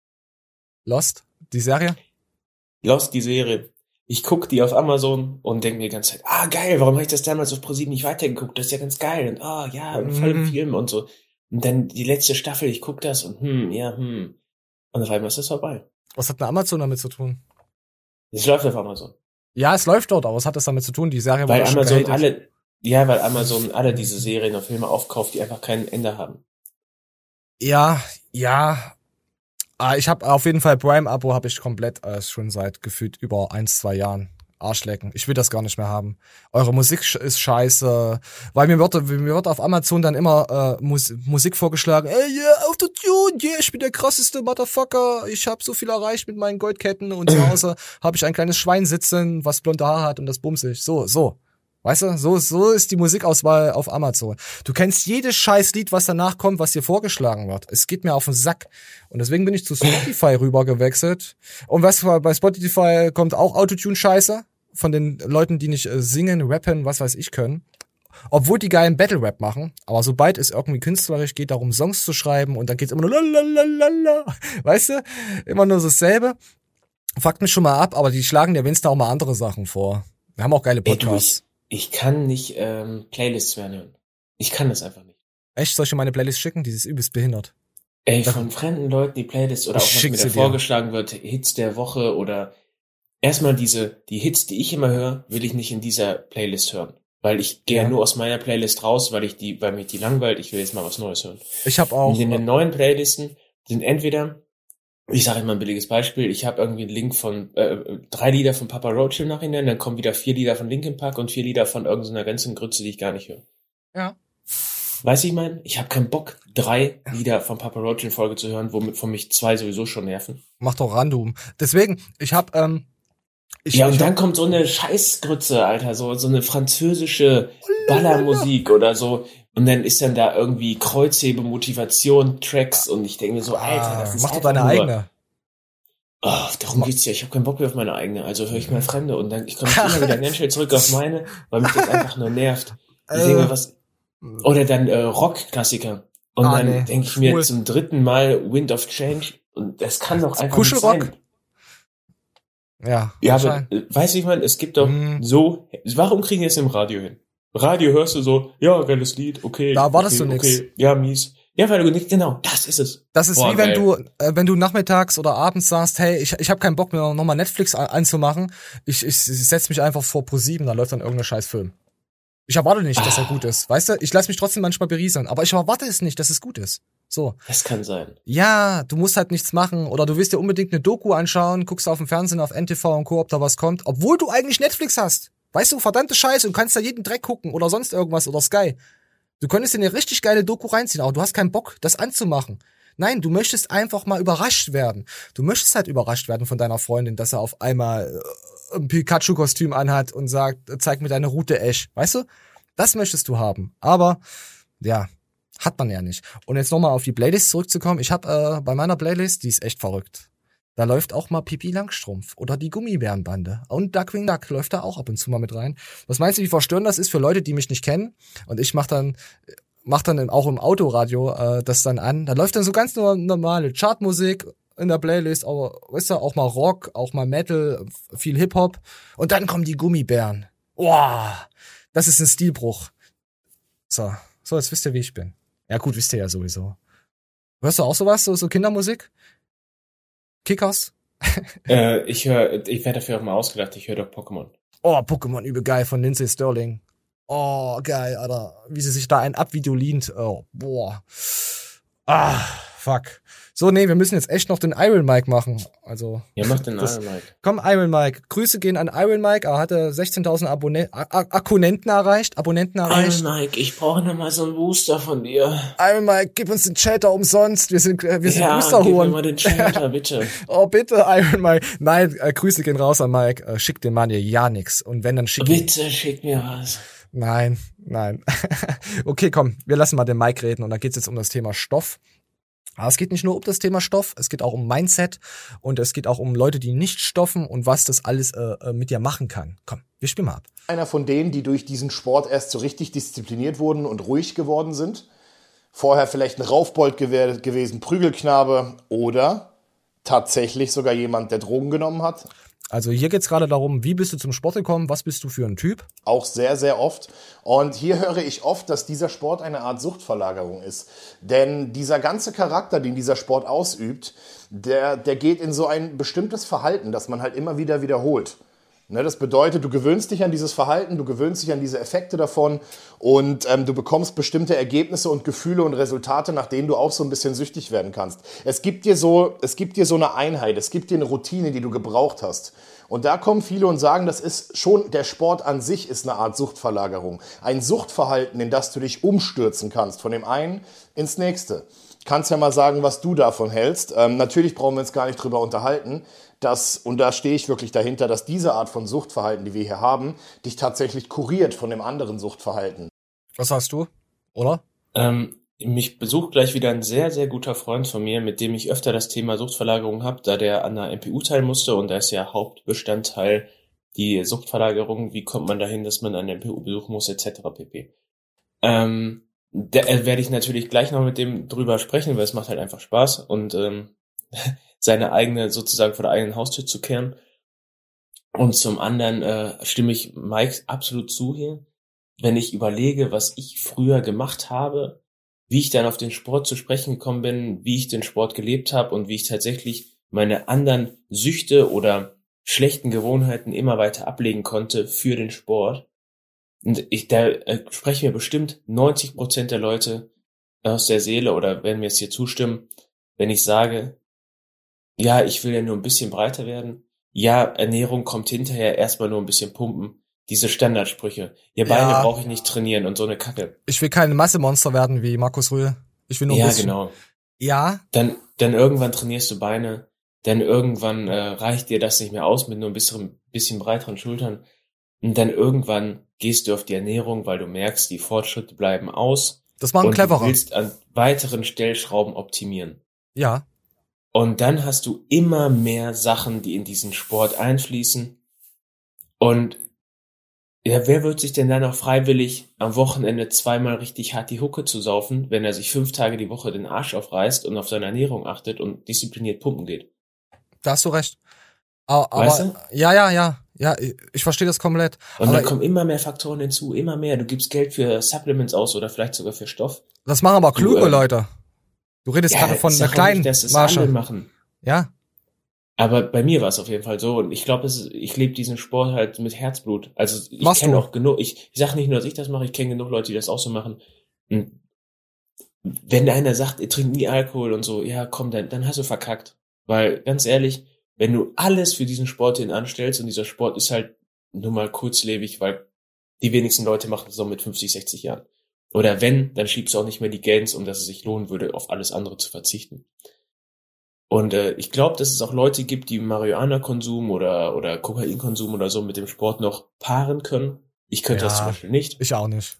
Die Serie? Lost, die Serie. Ich guck die auf Amazon und denke mir die ganze Zeit, geil, warum habe ich das damals auf ProSieben nicht weitergeguckt? Das ist ja ganz geil. Und voll im Film und so. Und dann die letzte Staffel, ich guck das und Und auf einmal ist das vorbei. Was hat denn Amazon damit zu tun? Es läuft auf Amazon. Ja, es läuft dort, aber was hat das damit zu tun? Die Serie weil Amazon alle diese Serien und Filme aufkauft, die einfach kein Ende haben. Ja. Ich habe auf jeden Fall Prime-Abo habe ich komplett schon seit gefühlt über 1-2 Jahren. Arschlecken. Ich will das gar nicht mehr haben. Eure Musik ist scheiße. Weil mir wird auf Amazon dann immer Musik vorgeschlagen. Ey, yeah, Autotune, yeah, ich bin der krasseste Motherfucker. Ich habe so viel erreicht mit meinen Goldketten und zu Hause habe ich ein kleines Schwein sitzen, was blonde Haare hat und das bumse ich. So. Weißt du, so ist die Musikauswahl auf Amazon. Du kennst jedes Scheißlied, was danach kommt, was dir vorgeschlagen wird. Es geht mir auf den Sack. Und deswegen bin ich zu Spotify rüber gewechselt. Und was bei Spotify kommt auch Autotune-Scheiße von den Leuten, die nicht singen, rappen, was weiß ich können. Obwohl die geilen Battle-Rap machen. Aber sobald es irgendwie künstlerisch geht, darum Songs zu schreiben und dann geht's immer nur lalalala. Weißt du? Immer nur dasselbe. Fuckt mich schon mal ab, aber die schlagen dir wenigstens auch mal andere Sachen vor. Wir haben auch geile Podcasts. Ich kann nicht Playlists mehr hören. Ich kann das einfach nicht. Echt? Soll ich dir meine Playlist schicken? Die ist übelst behindert. Von fremden Leuten die Playlists oder auch was mir da vorgeschlagen wird, Hits der Woche oder erstmal die Hits, die ich immer höre, will ich nicht in dieser Playlist hören. Weil ich gehe nur aus meiner Playlist raus, weil mich die langweilt, ich will jetzt mal was Neues hören. Ich habe auch. Und in den neuen Playlisten sind entweder, ich sage immer ein billiges Beispiel, ich habe irgendwie einen Link von 3 Lieder von Papa Roach im Nachhinein, dann kommen wieder 4 Lieder von Linkin Park und 4 Lieder von irgendeiner ganzen Grütze, die ich gar nicht höre. Ja. Weißt du, ich meine, ich habe keinen Bock, 3 Lieder von Papa Roach in Folge zu hören, womit von mich 2 sowieso schon nerven. Mach doch random. Deswegen, ich habe dann kommt so eine Scheißgrütze, Alter, so eine französische Ballermusik oder so. Und dann ist dann da irgendwie Kreuzhebe, Motivation, Tracks und ich denke mir so, Alter, das ist mach doch deine eigene. Darum geht's ja. Ich habe keinen Bock mehr auf meine eigene. Also höre ich mal Fremde und dann ich komme immer wieder ganz schnell zurück auf meine, weil mich das einfach nur nervt. Ich denke mir oder dann Rock-Klassiker. Und dann denke ich mir zum 3. Mal Wind of Change und das kann doch einfach nicht sein. Ja, aber weißt du, ich meine, es gibt doch warum kriegen wir es im Radio hin? Radio hörst du so, ja, geiles Lied, okay. Da wartest du nix. Okay, ja, mies. Ja, weil du nicht, genau, das ist es. Das ist wie wenn du nachmittags oder abends sagst, hey, ich habe keinen Bock mehr, nochmal Netflix anzumachen. Ich setz mich einfach vor Pro7, da läuft dann irgendein scheiß Film. Ich erwarte nicht, dass er gut ist. Weißt du, ich lasse mich trotzdem manchmal berieseln, aber ich erwarte es nicht, dass es gut ist. So. Das kann sein. Ja, du musst halt nichts machen oder du willst dir unbedingt eine Doku anschauen, guckst auf dem Fernsehen, auf NTV und Co., ob da was kommt, obwohl du eigentlich Netflix hast. Weißt du, verdammte Scheiße, du kannst da jeden Dreck gucken oder sonst irgendwas oder Sky. Du könntest dir eine richtig geile Doku reinziehen, aber du hast keinen Bock, das anzumachen. Nein, du möchtest einfach mal überrascht werden. Du möchtest halt überrascht werden von deiner Freundin, dass er auf einmal ein Pikachu-Kostüm anhat und sagt, zeig mir deine Route, Ash. Weißt du? Das möchtest du haben. Aber, ja, hat man ja nicht. Und jetzt nochmal auf die Playlist zurückzukommen. Ich habe bei meiner Playlist, die ist echt verrückt. Da läuft auch mal Pippi Langstrumpf oder die Gummibärenbande. Und Duckwing Duck läuft da auch ab und zu mal mit rein. Was meinst du, wie verstörend das ist für Leute, die mich nicht kennen? Und ich mach dann auch im Autoradio das dann an. Da läuft dann so ganz normale Chartmusik in der Playlist, aber weißt du, auch mal Rock, auch mal Metal, viel Hip-Hop. Und dann kommen die Gummibären. Wow, das ist ein Stilbruch. So, jetzt wisst ihr, wie ich bin. Ja gut, wisst ihr ja sowieso. Hörst du auch sowas, so Kindermusik? Kickers? Ich werde dafür auch mal ausgedacht, ich höre doch Pokémon. Oh, Pokémon übel geil von Lindsay Sterling. Oh, geil, Alter. Wie sie sich da ein abvideolint. Oh, boah. Ah, fuck. So, nee, wir müssen jetzt echt noch den Iron Mike machen. Also. Ja, mach den Iron Mike. Komm, Iron Mike. Grüße gehen an Iron Mike. Er hatte 16.000 Abonnenten erreicht. Iron Mike, ich brauche nochmal so einen Booster von dir. Iron Mike, gib uns den Chatter umsonst. Wir sind Booster gib holen. mir mal den Chatter, bitte. Oh, bitte, Iron Mike. Nein, Grüße gehen raus an Mike. Schick dem Mann hier ja nix. Und wenn, dann Bitte schick mir was. Nein. Okay, komm, wir lassen mal den Mike reden. Und da geht's jetzt um das Thema Stoff. Aber es geht nicht nur um das Thema Stoff, es geht auch um Mindset und es geht auch um Leute, die nicht stoffen und was das alles mit dir machen kann. Komm, wir spielen mal ab. Einer von denen, die durch diesen Sport erst so richtig diszipliniert wurden und ruhig geworden sind. Vorher vielleicht ein Raufbold gewesen, Prügelknabe oder tatsächlich sogar jemand, der Drogen genommen hat. Also hier geht's gerade darum, wie bist du zum Sport gekommen, was bist du für ein Typ? Auch sehr, sehr oft. Und hier höre ich oft, dass dieser Sport eine Art Suchtverlagerung ist. Denn dieser ganze Charakter, den dieser Sport ausübt, der geht in so ein bestimmtes Verhalten, das man halt immer wieder wiederholt. Ne, das bedeutet, du gewöhnst dich an dieses Verhalten, du gewöhnst dich an diese Effekte davon und du bekommst bestimmte Ergebnisse und Gefühle und Resultate, nach denen du auch so ein bisschen süchtig werden kannst. Es gibt dir so eine Einheit, es gibt dir eine Routine, die du gebraucht hast. Und da kommen viele und sagen, das ist schon, der Sport an sich ist eine Art Suchtverlagerung. Ein Suchtverhalten, in das du dich umstürzen kannst, von dem einen ins nächste. Kannst ja mal sagen, was du davon hältst. Natürlich brauchen wir uns gar nicht drüber unterhalten, und da stehe ich wirklich dahinter, dass diese Art von Suchtverhalten, die wir hier haben, dich tatsächlich kuriert von dem anderen Suchtverhalten. Was hast du, oder? Mich besucht gleich wieder ein sehr, sehr guter Freund von mir, mit dem ich öfter das Thema Suchtverlagerung habe, da der an der MPU teil musste und da ist ja Hauptbestandteil die Suchtverlagerung. Wie kommt man dahin, dass man eine MPU besuchen muss, etc. pp. Da werde ich natürlich gleich noch mit dem drüber sprechen, weil es macht halt einfach Spaß und seine eigene, sozusagen vor der eigenen Haustür zu kehren. Und zum anderen stimme ich Mike absolut zu hier. Wenn ich überlege, was ich früher gemacht habe, wie ich dann auf den Sport zu sprechen gekommen bin, wie ich den Sport gelebt habe und wie ich tatsächlich meine anderen Süchte oder schlechten Gewohnheiten immer weiter ablegen konnte für den Sport. Und da sprechen mir bestimmt 90% der Leute aus der Seele oder werden mir jetzt hier zustimmen, wenn ich sage, ja, ich will ja nur ein bisschen breiter werden. Ja, Ernährung kommt hinterher, erstmal nur ein bisschen pumpen. Diese Standardsprüche. Ja, Beine brauche ich nicht trainieren und so eine Kacke. Ich will kein Massemonster werden wie Markus Rühl. Ich will nur ein bisschen. Ja, genau. Ja. Dann irgendwann trainierst du Beine. Dann irgendwann reicht dir das nicht mehr aus mit nur ein bisschen breiteren Schultern. Und dann irgendwann gehst du auf die Ernährung, weil du merkst, die Fortschritte bleiben aus. Das war ein cleverer. Du willst an weiteren Stellschrauben optimieren. Ja. Und dann hast du immer mehr Sachen, die in diesen Sport einfließen. Und ja, wer wird sich denn dann noch freiwillig am Wochenende zweimal richtig hart die Hucke zu saufen, wenn er sich 5 Tage die Woche den Arsch aufreißt und auf seine Ernährung achtet und diszipliniert pumpen geht? Da hast du recht. Aber weißt du? Ja, ich verstehe das komplett. Und aber dann kommen immer mehr Faktoren hinzu, immer mehr. Du gibst Geld für Supplements aus oder vielleicht sogar für Stoff. Das machen aber kluge Leute. Du redest gerade von einer sag auch kleinen nicht, dass es Masche. alle machen. Ja. Aber bei mir war es auf jeden Fall so. Und ich glaube, ich lebe diesen Sport halt mit Herzblut. Also ich Machst kenne du? auch genug, ich sage nicht nur, dass ich das mache, ich kenne genug Leute, die das auch so machen. Und wenn einer sagt, ihr trinkt nie Alkohol und so, ja komm, dann hast du verkackt. Weil, ganz ehrlich, wenn du alles für diesen Sport hin anstellst und dieser Sport ist halt nur mal kurzlebig, weil die wenigsten Leute machen das so mit 50, 60 Jahren. Oder wenn, dann schiebst du auch nicht mehr die Gains, um dass es sich lohnen würde, auf alles andere zu verzichten. Und ich glaube, dass es auch Leute gibt, die Marihuana-Konsum oder Kokainkonsum oder so mit dem Sport noch paaren können. Ich könnte das zum Beispiel nicht. Ich auch nicht.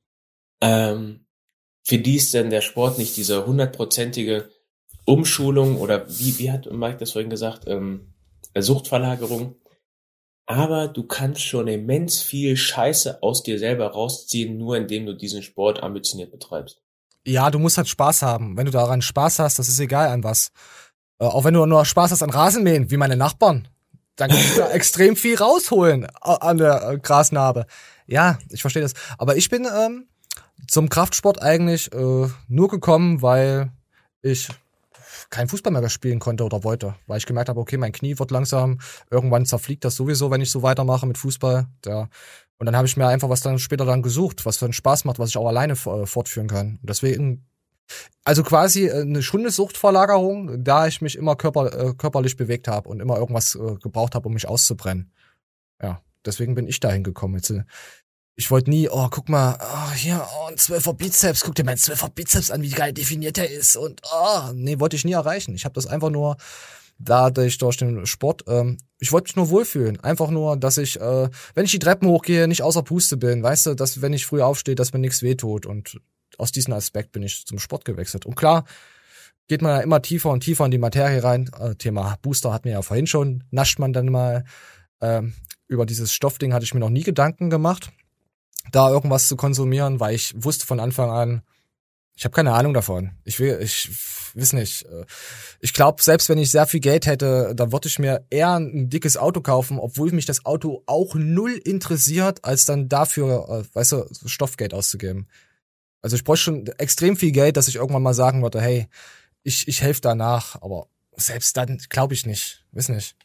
Für die ist denn der Sport nicht diese 100%ige Umschulung oder wie hat Mike das vorhin gesagt, Suchtverlagerung. Aber du kannst schon immens viel Scheiße aus dir selber rausziehen, nur indem du diesen Sport ambitioniert betreibst. Ja, du musst halt Spaß haben. Wenn du daran Spaß hast, das ist egal an was. Auch wenn du nur Spaß hast an Rasenmähen, wie meine Nachbarn, dann kannst du da extrem viel rausholen an der Grasnarbe. Ja, ich verstehe das. Aber ich bin zum Kraftsport eigentlich nur gekommen, weil ich kein Fußball mehr spielen konnte oder wollte. Weil ich gemerkt habe, okay, mein Knie wird langsam, irgendwann zerfliegt das sowieso, wenn ich so weitermache mit Fußball. Ja. Und dann habe ich mir einfach was dann später dann gesucht, was dann Spaß macht, was ich auch alleine fortführen kann. Und deswegen, also quasi eine Stunde Suchtverlagerung, da ich mich immer körperlich bewegt habe und immer irgendwas gebraucht habe, um mich auszubrennen. Ja, deswegen bin ich dahin gekommen. Jetzt, ich wollte nie, oh, guck mal, hier, ein 12er Bizeps, guck dir meinen 12er Bizeps an, wie geil definiert der ist. Und nee, wollte ich nie erreichen. Ich habe das einfach nur dadurch durch den Sport, ich wollte mich nur wohlfühlen. Einfach nur, dass ich, wenn ich die Treppen hochgehe, nicht außer Puste bin. Weißt du, dass wenn ich früh aufstehe, dass mir nichts wehtut. Und aus diesem Aspekt bin ich zum Sport gewechselt. Und klar, geht man ja immer tiefer und tiefer in die Materie rein. Thema Booster hatten wir ja vorhin schon, nascht man dann mal. Über dieses Stoffding hatte ich mir noch nie Gedanken gemacht, da irgendwas zu konsumieren, weil ich wusste von Anfang an, ich habe keine Ahnung davon. Ich weiß nicht. Ich glaube, selbst wenn ich sehr viel Geld hätte, dann würde ich mir eher ein dickes Auto kaufen, obwohl mich das Auto auch null interessiert, als dann dafür, weißt du, Stoffgeld auszugeben. Also ich bräuchte schon extrem viel Geld, dass ich irgendwann mal sagen würde, hey, ich helfe danach, aber selbst dann glaube ich nicht. Weiß nicht.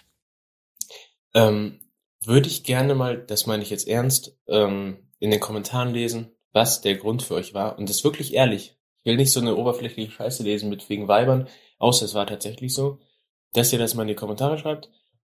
Würde ich gerne mal, das meine ich jetzt ernst, in den Kommentaren lesen, was der Grund für euch war. Und das ist wirklich ehrlich. Ich will nicht so eine oberflächliche Scheiße lesen mit wegen Weibern, außer es war tatsächlich so, dass ihr das mal in die Kommentare schreibt.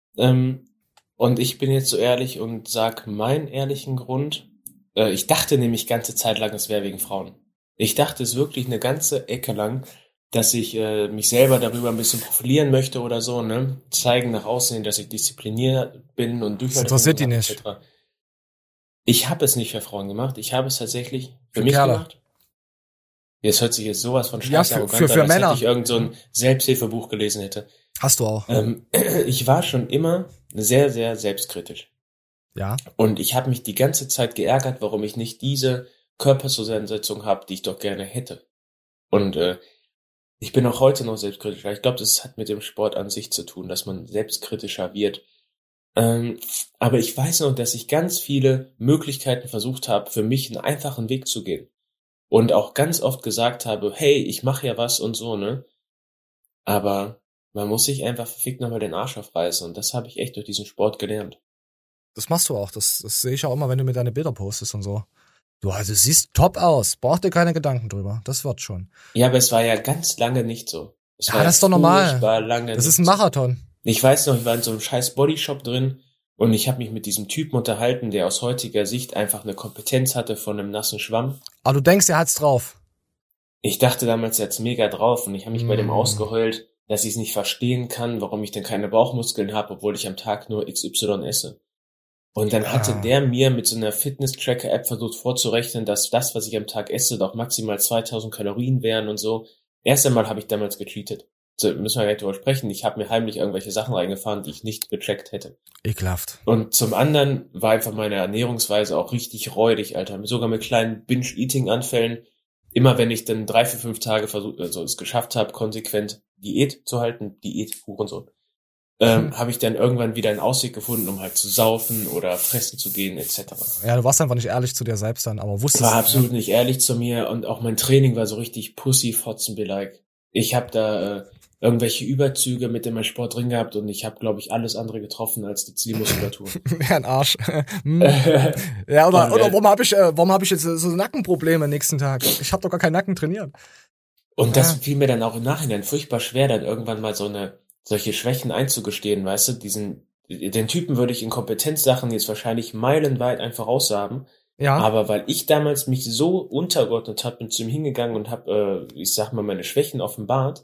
Und ich bin jetzt so ehrlich und sag meinen ehrlichen Grund. Ich dachte nämlich ganze Zeit lang, es wäre wegen Frauen. Ich dachte es wirklich eine ganze Ecke lang, dass ich mich selber darüber ein bisschen profilieren möchte oder so, ne? Zeigen nach außen, dass ich diszipliniert bin und Das interessiert die nicht. etc. Ich habe es nicht für Frauen gemacht, ich habe es tatsächlich für mich Kerle. gemacht. Jetzt hört sich jetzt sowas von Ja, scheiße für arrogant an, als Männer. hätte ich irgend so ein Selbsthilfebuch gelesen hätte. Hast du auch. Ich war schon immer sehr, sehr selbstkritisch. Ja. Und ich habe mich die ganze Zeit geärgert, warum ich nicht diese Körperzusammensetzung habe, die ich doch gerne hätte. Und ich bin auch heute noch selbstkritischer. Ich glaube, das hat mit dem Sport an sich zu tun, dass man selbstkritischer wird. Aber ich weiß noch, dass ich ganz viele Möglichkeiten versucht habe, für mich einen einfachen Weg zu gehen. Und auch ganz oft gesagt habe, hey, ich mache ja was und so, ne? Aber man muss sich einfach verfickt nochmal den Arsch aufreißen. Und das habe ich echt durch diesen Sport gelernt. Das machst du auch. Das sehe ich auch immer, wenn du mir deine Bilder postest und so. Du siehst top aus. Brauch dir keine Gedanken drüber. Das wird schon. Ja, aber es war ja ganz lange nicht so. Ja, das ist doch normal. Lange Das ist ein Marathon. Ich weiß noch, ich war in so einem scheiß Bodyshop drin und ich habe mich mit diesem Typen unterhalten, der aus heutiger Sicht einfach eine Kompetenz hatte von einem nassen Schwamm. Aber du denkst, er hat's drauf. Ich dachte damals, er hat's mega drauf und ich habe mich bei dem ausgeheult, dass ich es nicht verstehen kann, warum ich denn keine Bauchmuskeln habe, obwohl ich am Tag nur XY esse. Und dann hatte der mir mit so einer Fitness-Tracker-App versucht vorzurechnen, dass das, was ich am Tag esse, doch maximal 2000 Kalorien wären und so. Erst einmal habe ich damals gecheatet. So, müssen wir gleich drüber sprechen. Ich habe mir heimlich irgendwelche Sachen reingefahren, die ich nicht gecheckt hätte. Ekelhaft. Und zum anderen war einfach meine Ernährungsweise auch richtig räudig, Alter. Sogar mit kleinen Binge-Eating-Anfällen. Immer wenn ich dann 3, 4, 5 Tage es geschafft habe, konsequent Diät zu halten, Hurensohn, habe ich dann irgendwann wieder einen Ausweg gefunden, um halt zu saufen oder fressen zu gehen, etc. Ja, du warst einfach nicht ehrlich zu dir selbst dann, aber wusstest. War absolut nicht ehrlich zu mir und auch mein Training war so richtig Pussy-Fotzen-be-like. Ich habe da irgendwelche Überzüge mit in meinem Sport drin gehabt und ich habe, glaube ich, alles andere getroffen als die Zielmuskulatur. Ja, ein Arsch. Ja, oder warum hab ich jetzt so Nackenprobleme nächsten Tag? Ich habe doch gar keinen Nacken trainiert. Und das fiel mir dann auch im Nachhinein furchtbar schwer, dann irgendwann mal solche Schwächen einzugestehen, weißt du? Den Typen würde ich in Kompetenzsachen jetzt wahrscheinlich meilenweit einfach aushaben. Ja. Aber weil ich damals mich so untergeordnet habe, bin zu ihm hingegangen und habe, ich sag mal, meine Schwächen offenbart,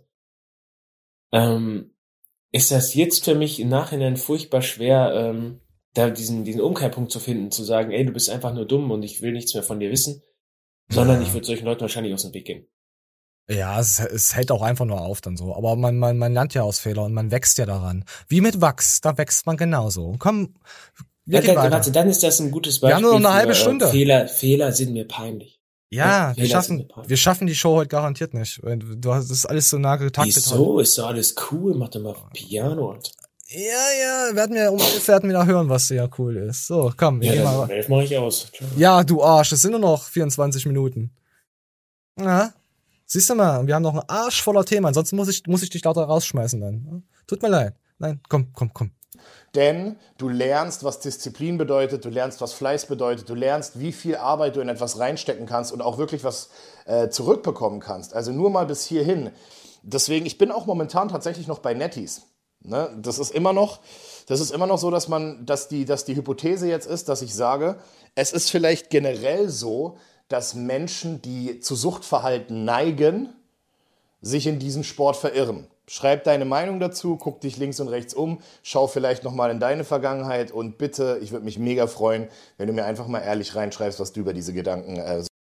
ist das jetzt für mich im Nachhinein furchtbar schwer, da diesen Umkehrpunkt zu finden, zu sagen, ey, du bist einfach nur dumm und ich will nichts mehr von dir wissen, sondern ich würde solchen Leuten wahrscheinlich aus dem Weg gehen. Ja, es hält auch einfach nur auf dann so. Aber man lernt ja aus Fehlern und man wächst ja daran. Wie mit Wachs, da wächst man genauso. Komm, warte, dann ist das ein gutes Beispiel. Wir haben nur noch eine halbe Stunde. Fehler sind mir peinlich. Ja, wir schaffen die Show heute garantiert nicht. Das ist alles so nah getaktet. Wieso? Ist doch alles cool. Mach doch mal Piano. Ja, werden wir da hören, was ja cool ist. So, komm, wir gehen mal. 11 mach ich aus. Ciao. Ja, du Arsch, es sind nur noch 24 Minuten. Ja, siehst du mal, wir haben noch einen Arsch voller Themen. Ansonsten muss ich dich lauter rausschmeißen dann. Tut mir leid. Nein, komm. Denn du lernst, was Disziplin bedeutet, du lernst, was Fleiß bedeutet, du lernst, wie viel Arbeit du in etwas reinstecken kannst und auch wirklich was zurückbekommen kannst. Also nur mal bis hierhin. Deswegen, ich bin auch momentan tatsächlich noch bei Netties. Ne? Das ist immer noch so, dass die Hypothese jetzt ist, dass ich sage, es ist vielleicht generell so, dass Menschen, die zu Suchtverhalten neigen, sich in diesen Sport verirren. Schreib deine Meinung dazu, guck dich links und rechts um, schau vielleicht nochmal in deine Vergangenheit und bitte, ich würde mich mega freuen, wenn du mir einfach mal ehrlich reinschreibst, was du über diese Gedanken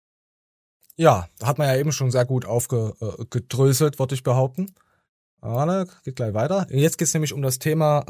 Ja, hat man ja eben schon sehr gut aufgedröselt, würde ich behaupten. Aber geht gleich weiter. Jetzt geht's nämlich um das Thema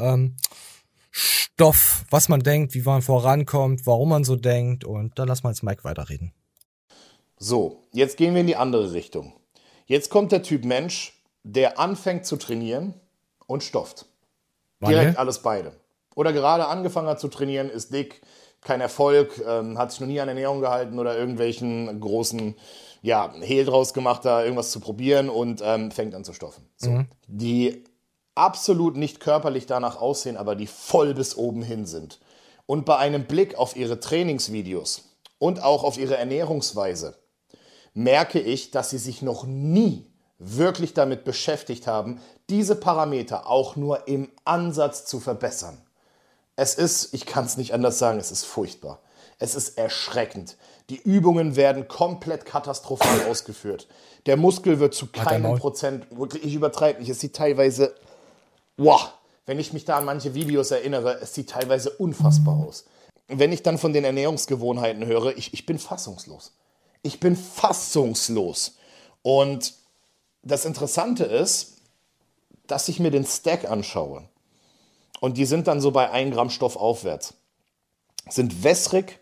Stoff, was man denkt, wie man vorankommt, warum man so denkt und dann lass mal jetzt Mike weiterreden. So, jetzt gehen wir in die andere Richtung. Jetzt kommt der Typ Mensch, der anfängt zu trainieren und stofft. Direkt alles beide. Oder gerade angefangen hat zu trainieren, ist dick, kein Erfolg, hat sich noch nie an Ernährung gehalten oder irgendwelchen großen Hehl draus gemacht, da irgendwas zu probieren und fängt an zu stoffen. So. Die absolut nicht körperlich danach aussehen, aber die voll bis oben hin sind. Und bei einem Blick auf ihre Trainingsvideos und auch auf ihre Ernährungsweise merke ich, dass sie sich noch nie wirklich damit beschäftigt haben, diese Parameter auch nur im Ansatz zu verbessern. Es ist, ich kann es nicht anders sagen, es ist furchtbar. Es ist erschreckend. Die Übungen werden komplett katastrophal ausgeführt. Der Muskel wird zu keinem Prozent, wirklich, ich übertreibe nicht, es sieht teilweise, wenn ich mich da an manche Videos erinnere, es sieht teilweise unfassbar aus. Wenn ich dann von den Ernährungsgewohnheiten höre, ich bin fassungslos. Ich bin fassungslos. Und das Interessante ist, dass ich mir den Stack anschaue. Und die sind dann so bei 1 Gramm Stoff aufwärts. Sind wässrig.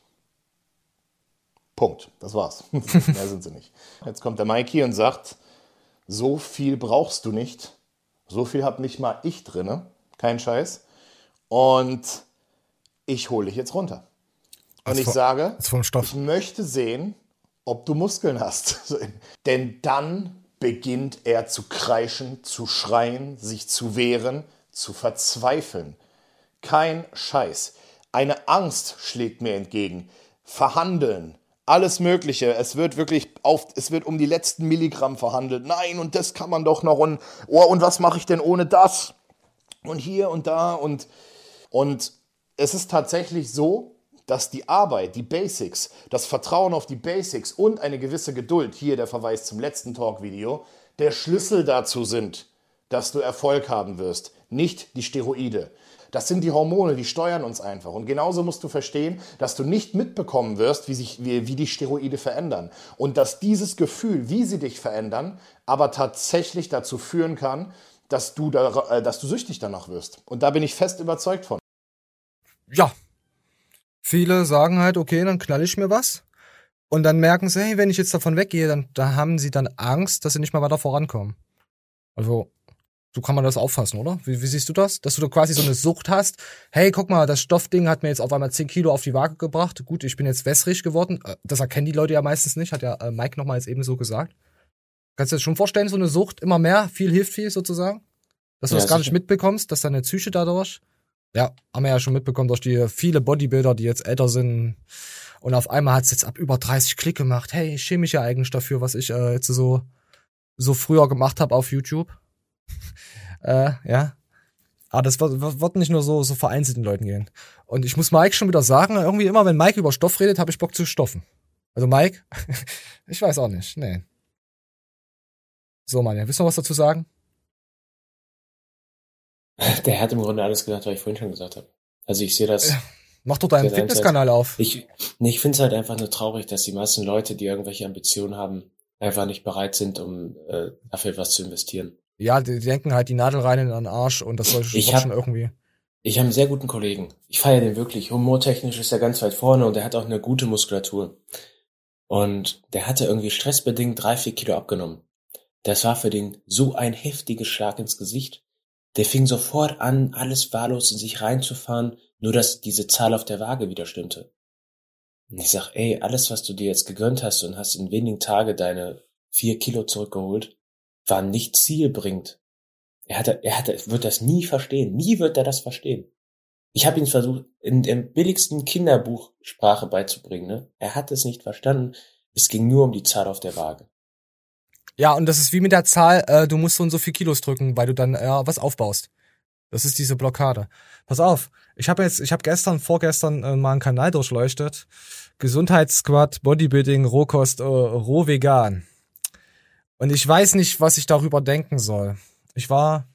Punkt. Das war's. Mehr sind sie nicht. Jetzt kommt der Mikey und sagt, so viel brauchst du nicht. So viel hab nicht mal ich drinne. Kein Scheiß. Und ich hole dich jetzt runter. Und ich sage, ich möchte sehen, ob du Muskeln hast. Denn dann beginnt er zu kreischen, zu schreien, sich zu wehren, zu verzweifeln. Kein Scheiß. Eine Angst schlägt mir entgegen. Verhandeln. Alles Mögliche. Es wird um die letzten Milligramm verhandelt. Nein, und das kann man doch noch. Und was mache ich denn ohne das? Und hier und da. Und es ist tatsächlich so, dass die Arbeit, die Basics, das Vertrauen auf die Basics und eine gewisse Geduld, hier der Verweis zum letzten Talk-Video, der Schlüssel dazu sind, dass du Erfolg haben wirst, nicht die Steroide. Das sind die Hormone, die steuern uns einfach. Und genauso musst du verstehen, dass du nicht mitbekommen wirst, wie die Steroide verändern. Und dass dieses Gefühl, wie sie dich verändern, aber tatsächlich dazu führen kann, dass du süchtig danach wirst. Und da bin ich fest überzeugt von. Ja. Viele sagen halt, okay, dann knall ich mir was. Und dann merken sie, hey, wenn ich jetzt davon weggehe, dann da haben sie dann Angst, dass sie nicht mehr weiter vorankommen. Also, so kann man das auffassen, oder? Wie siehst du das? Dass du quasi so eine Sucht hast. Hey, guck mal, das Stoffding hat mir jetzt auf einmal 10 Kilo auf die Waage gebracht. Gut, ich bin jetzt wässrig geworden. Das erkennen die Leute ja meistens nicht, hat ja Mike nochmal jetzt eben so gesagt. Kannst du dir das schon vorstellen, so eine Sucht, immer mehr, viel hilft viel sozusagen? Dass du Ja, das gar nicht sicher. mitbekommst, dass deine Psyche dadurch, ja, haben wir ja schon mitbekommen durch die viele Bodybuilder, die jetzt älter sind und auf einmal hat's jetzt ab über 30 Klick gemacht. Hey, ich schäme mich ja eigentlich dafür, was ich jetzt so früher gemacht habe auf YouTube. Ja. Aber das wird nicht nur so vereinzelt den Leuten gehen. Und ich muss Mike schon wieder sagen, irgendwie immer, wenn Mike über Stoff redet, habe ich Bock zu stoffen. Also Mike, ich weiß auch nicht, nee. So, Mann, willst du noch was dazu sagen? Der hat im Grunde alles gesagt, was ich vorhin schon gesagt habe. Also ich sehe das. Mach doch deinen Fitnesskanal auf. Ich finde es halt einfach nur traurig, dass die meisten Leute, die irgendwelche Ambitionen haben, einfach nicht bereit sind, um dafür etwas zu investieren. Ja, die denken halt die Nadel rein in den Arsch und das soll schon irgendwie. Ich habe einen sehr guten Kollegen. Ich feiere den wirklich. Humortechnisch ist er ganz weit vorne und er hat auch eine gute Muskulatur. Und der hatte irgendwie stressbedingt 3-4 Kilo abgenommen. Das war für den so ein heftiges Schlag ins Gesicht. Der fing sofort an, alles wahllos in sich reinzufahren, nur dass diese Zahl auf der Waage wieder stimmte. Und ich sag, ey, alles, was du dir jetzt gegönnt hast und hast in wenigen Tagen deine 4 Kilo zurückgeholt, war nicht zielbringend. Er wird das nie verstehen. Nie wird er das verstehen. Ich habe ihn versucht, in dem billigsten Kinderbuchsprache beizubringen. Ne? Er hat es nicht verstanden. Es ging nur um die Zahl auf der Waage. Ja, und das ist wie mit der Zahl, du musst so und so viel Kilos drücken, weil du dann was aufbaust. Das ist diese Blockade. Pass auf, ich habe vorgestern mal einen Kanal durchleuchtet. Gesundheitssquad, Bodybuilding, Rohkost, Rohvegan. Und ich weiß nicht, was ich darüber denken soll. Ich lasse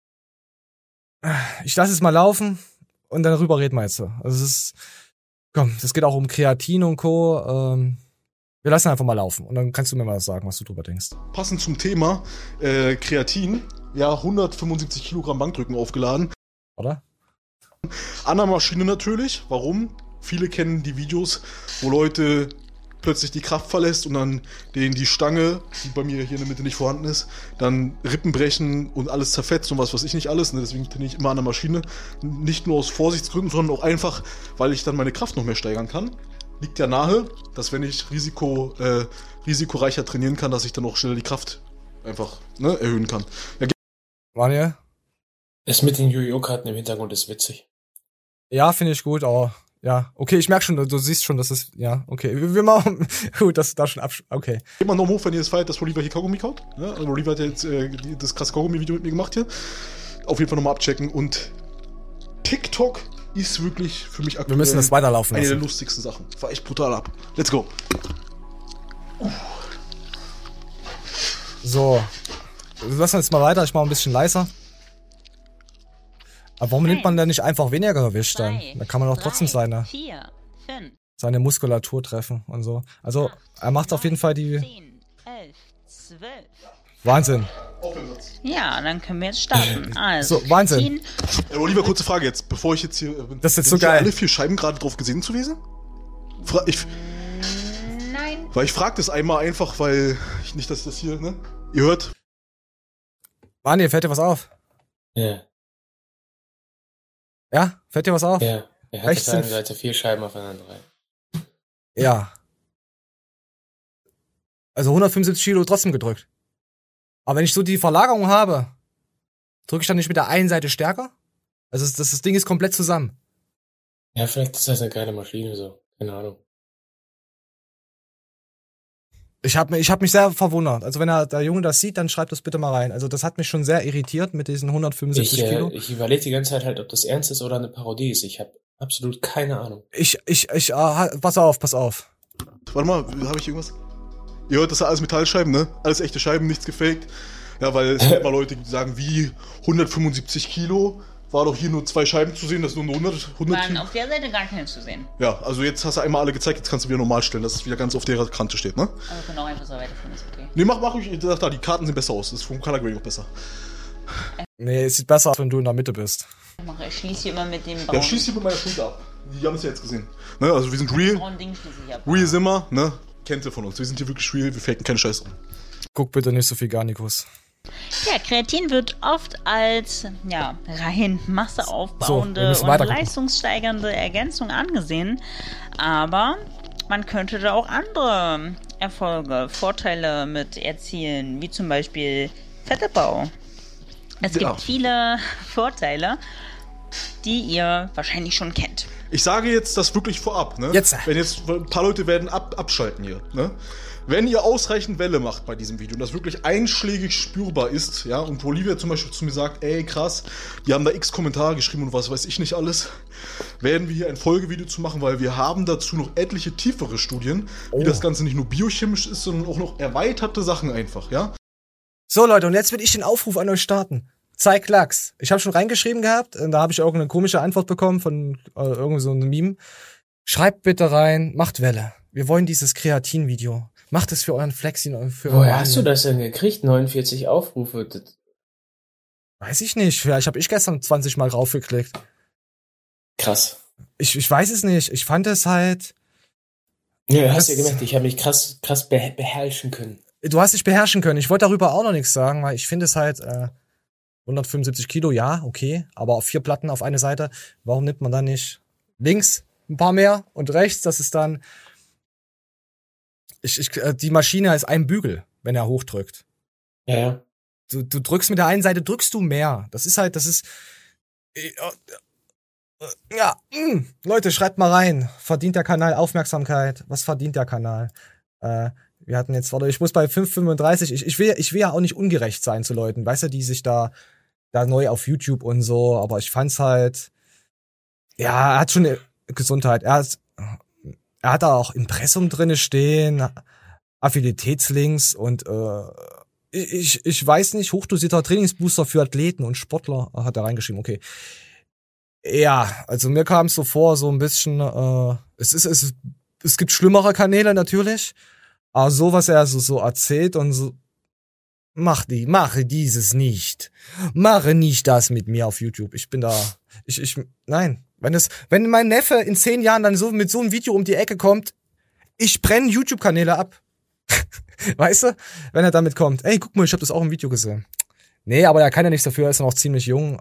es mal laufen und dann darüber reden wir jetzt. Also es geht auch um Kreatin und Co. Wir lassen einfach mal laufen und dann kannst du mir mal sagen, was du drüber denkst. Passend zum Thema Kreatin, ja, 175 Kilogramm Bankdrücken aufgeladen. Oder? An der Maschine natürlich. Warum? Viele kennen die Videos, wo Leute plötzlich die Kraft verlässt und dann denen die Stange, die bei mir hier in der Mitte nicht vorhanden ist, dann Rippen brechen und alles zerfetzt und was weiß ich nicht alles. Ne? Deswegen trainiere ich immer an der Maschine. Nicht nur aus Vorsichtsgründen, sondern auch einfach, weil ich dann meine Kraft noch mehr steigern kann. Liegt ja nahe, dass wenn ich risikoreicher trainieren kann, dass ich dann auch schneller die Kraft einfach erhöhen kann. Ja, Manuel? Das mit den Jojo-Karten im Hintergrund ist witzig. Ja, finde ich gut, aber ja, okay, ich merke schon, du siehst schon, dass es, ja, okay, wir machen, gut, dass du da schon okay. Geht mal noch hoch, wenn ihr es feiert, dass Oliver hier Kaugummi kaut. Ja, also Oliver hat jetzt das krasse Kaugummi-Video mit mir gemacht hier. Auf jeden Fall nochmal abchecken und TikTok ist wirklich für mich aktuell wir müssen das weiterlaufen lassen. Eine der lustigsten Sachen. War echt brutal ab. Let's go. So, wir lassen jetzt mal weiter, ich mache ein bisschen leiser. Aber warum nimmt man denn nicht einfach weniger Gewicht dann? Da kann man doch trotzdem seine Muskulatur treffen und so. Also, er macht auf jeden Fall die... 10, 11, 12. Wahnsinn. Ja, dann können wir jetzt starten. Also, so, Wahnsinn. Oliver, kurze Frage jetzt, bevor ich jetzt hier... Das ist jetzt so geil. alle 4 Scheiben gerade drauf gesehen gewesen? Nein. Weil ich frage das einmal einfach, weil ich nicht, dass das hier, ne? Ihr hört? Mann, fällt dir was auf? Ja. Ja? Fällt dir was auf? Ja. Er hat auf der einen Seite 4 Scheiben, auf der anderen 3. Ja. Also 175 Kilo trotzdem gedrückt. Aber wenn ich so die Verlagerung habe, drücke ich dann nicht mit der einen Seite stärker? Also das Ding ist komplett zusammen. Ja, vielleicht ist das eine geile Maschine so. Keine Ahnung. Ich hab mich sehr verwundert. Also wenn der Junge das sieht, dann schreibt das bitte mal rein. Also das hat mich schon sehr irritiert mit diesen 175 Kilo. Ich überlege die ganze Zeit halt, ob das ernst ist oder eine Parodie ist. Ich habe absolut keine Ahnung. Pass auf. Warte mal, habe ich irgendwas? Ihr hört, das sind alles Metallscheiben, ne? Alles echte Scheiben, nichts gefaked. Ja, weil es gibt mal Leute, die sagen, wie 175 Kilo, war doch hier nur 2 Scheiben zu sehen, das ist nur 100 Waren auf der Seite gar keine zu sehen. Ja, also jetzt hast du einmal alle gezeigt, jetzt kannst du wieder normal stellen, dass es wieder ganz auf der Kante steht, ne? Also genau, einfach so weiterführen, ist okay. Nee, mach ruhig, ich dachte, die Karten sehen besser aus, das ist vom Color Grading auch besser. Nee, es sieht besser aus, wenn du in der Mitte bist. Ich schließe hier immer mit dem Braun. Ja, schließe hier mit meiner Schulter ab. Die haben es ja jetzt gesehen. Ne, also wir sind real. Real sind wir, ne? Kennt ihr von uns. Wir sind hier wirklich real, wir faken keine Scheiße. Guck bitte nicht so viel Garnikus. Ja, Kreatin wird oft als rein masseaufbauende und leistungssteigernde Ergänzung angesehen, aber man könnte da auch andere Erfolge, Vorteile mit erzielen, wie zum Beispiel Fettebau. Es gibt viele Vorteile, die ihr wahrscheinlich schon kennt. Ich sage jetzt das wirklich vorab, ne? Wenn jetzt ein paar Leute werden abschalten hier, ne? Wenn ihr ausreichend Welle macht bei diesem Video und das wirklich einschlägig spürbar ist, ja, und Olivia zum Beispiel zu mir sagt, ey, krass, die haben da x Kommentare geschrieben und was weiß ich nicht alles, werden wir hier ein Folgevideo zu machen, weil wir haben dazu noch etliche tiefere Studien, wie das Ganze nicht nur biochemisch ist, sondern auch noch erweiterte Sachen einfach, ja? So Leute, und jetzt will ich den Aufruf an euch starten. Zeig Lachs. Ich habe schon reingeschrieben gehabt, da habe ich irgendeine komische Antwort bekommen von irgend so einem Meme. Schreibt bitte rein, macht Welle. Wir wollen dieses Kreatin-Video. Macht es für euren Flexin und für Woher hast du das denn gekriegt? 49 Aufrufe. Weiß ich nicht. Vielleicht habe ich gestern 20 Mal raufgeklickt. Krass. Ich weiß es nicht. Ich fand es halt... Ja, hast ja gemerkt, ich habe mich krass beherrschen können. Du hast dich beherrschen können. Ich wollte darüber auch noch nichts sagen, weil ich finde es halt 175 Kilo, ja, okay. Aber auf 4 Platten auf eine Seite, warum nimmt man dann nicht links ein paar mehr und rechts, das ist dann... die Maschine ist ein Bügel, wenn er hochdrückt. Ja. Du drückst mit der einen Seite, drückst du mehr. Leute, schreibt mal rein. Verdient der Kanal Aufmerksamkeit? Was verdient der Kanal? Wir hatten jetzt, ich muss bei 5,35. Ich will ja auch nicht ungerecht sein zu Leuten, weißt du, die sich da neu auf YouTube und so, aber ich fand's halt, ja, er hat schon eine Gesundheit. Er hat da auch Impressum drinne stehen, Affilitätslinks und ich weiß nicht, hochdosierter Trainingsbooster für Athleten und Sportler hat er reingeschrieben, okay. Ja, also mir kam es so vor, so ein bisschen, es gibt schlimmere Kanäle natürlich, aber so, was er so erzählt und so, mache dieses nicht. Mache nicht das mit mir auf YouTube. Ich bin da, nein. Wenn mein Neffe in 10 Jahren dann so mit so einem Video um die Ecke kommt, ich brenne YouTube-Kanäle ab. Weißt du? Wenn er damit kommt. Ey, guck mal, ich habe das auch im Video gesehen. Nee, aber er kann ja nichts dafür, er ist noch ziemlich jung.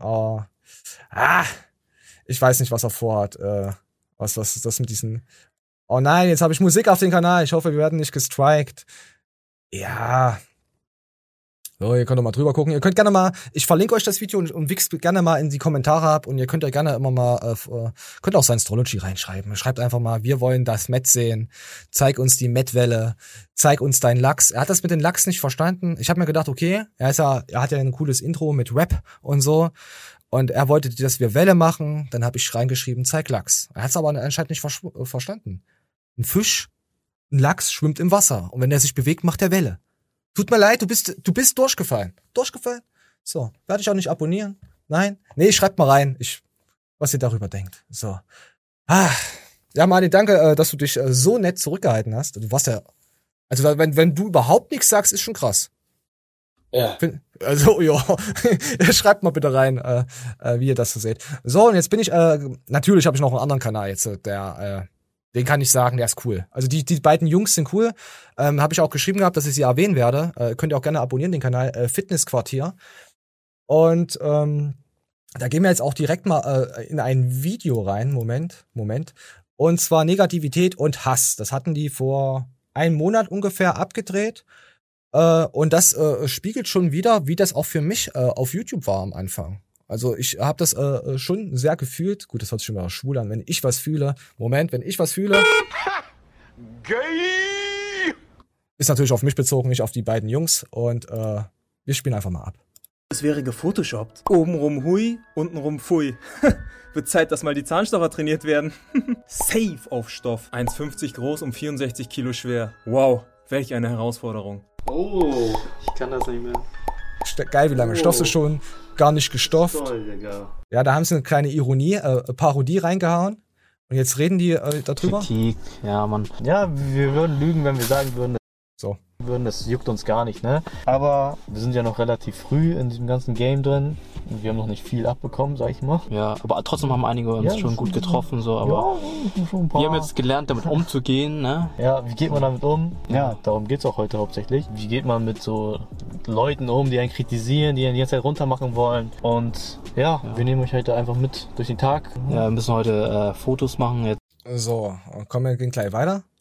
Ich weiß nicht, was er vorhat. Was ist das mit diesen... Oh nein, jetzt habe ich Musik auf dem Kanal. Ich hoffe, wir werden nicht gestrikt. Ja... So, ihr könnt doch mal drüber gucken. Ihr könnt gerne mal, ich verlinke euch das Video und wichst gerne mal in die Kommentare ab und ihr könnt ja gerne immer mal, könnt auch Science-Trology reinschreiben. Schreibt einfach mal, wir wollen das Met sehen. Zeig uns die Met-Welle. Zeig uns deinen Lachs. Er hat das mit den Lachs nicht verstanden. Ich habe mir gedacht, okay, er hat ja ein cooles Intro mit Rap und so. Und er wollte, dass wir Welle machen. Dann habe ich reingeschrieben, zeig Lachs. Er hat es aber anscheinend nicht verstanden. Ein Fisch, ein Lachs schwimmt im Wasser. Und wenn er sich bewegt, macht er Welle. Tut mir leid, du bist durchgefallen. Durchgefallen? So, werde ich auch nicht abonnieren? Nein? Nee, schreibt mal rein, was ihr darüber denkt. So. Ja, Mani, danke, dass du dich so nett zurückgehalten hast. Du warst ja, also wenn du überhaupt nichts sagst, ist schon krass. Ja. Also, ja, schreibt mal bitte rein, wie ihr das so seht. So, und jetzt bin ich, natürlich habe ich noch einen anderen Kanal jetzt, den kann ich sagen, der ist cool. Also die beiden Jungs sind cool. Habe ich auch geschrieben gehabt, dass ich sie erwähnen werde. Könnt ihr auch gerne abonnieren, den Kanal Fitnessquartier. Und da gehen wir jetzt auch direkt mal in ein Video rein. Moment. Und zwar Negativität und Hass. Das hatten die vor einem Monat ungefähr abgedreht. Und das spiegelt schon wieder, wie das auch für mich auf YouTube war am Anfang. Also ich habe das schon sehr gefühlt. Gut, das hört sich schon mal schwul an. Wenn ich was fühle, Gay! Ist natürlich auf mich bezogen, nicht auf die beiden Jungs. Und wir spielen einfach mal ab. Es wäre gefotoshoppt. Obenrum hui, untenrum pfui. Wird Zeit, dass mal die Zahnstocher trainiert werden. Safe auf Stoff. 1,50 groß und 64 Kilo schwer. Wow, welch eine Herausforderung. Oh, ich kann das nicht mehr. Geil, wie lange stoffst du schon? Gar nicht gestofft. Toll, Digga. Ja, da haben sie eine kleine Ironie, Parodie reingehauen. Und jetzt reden die darüber. Kritik, ja, Mann. Ja, wir würden lügen, wenn wir sagen würden, das juckt uns gar nicht, ne? Aber wir sind ja noch relativ früh in diesem ganzen Game drin. Und wir haben noch nicht viel abbekommen, sag ich mal. Ja, aber trotzdem haben einige uns schon gut getroffen, so, aber wir haben jetzt gelernt, damit umzugehen, ne? Ja, wie geht man damit um? Ja, darum geht's auch heute hauptsächlich. Wie geht man mit so Leuten um, die einen kritisieren, die einen die ganze Zeit runtermachen wollen? Und ja, wir nehmen euch heute einfach mit durch den Tag. Ja, wir müssen heute Fotos machen jetzt. So, kommen wir gleich weiter.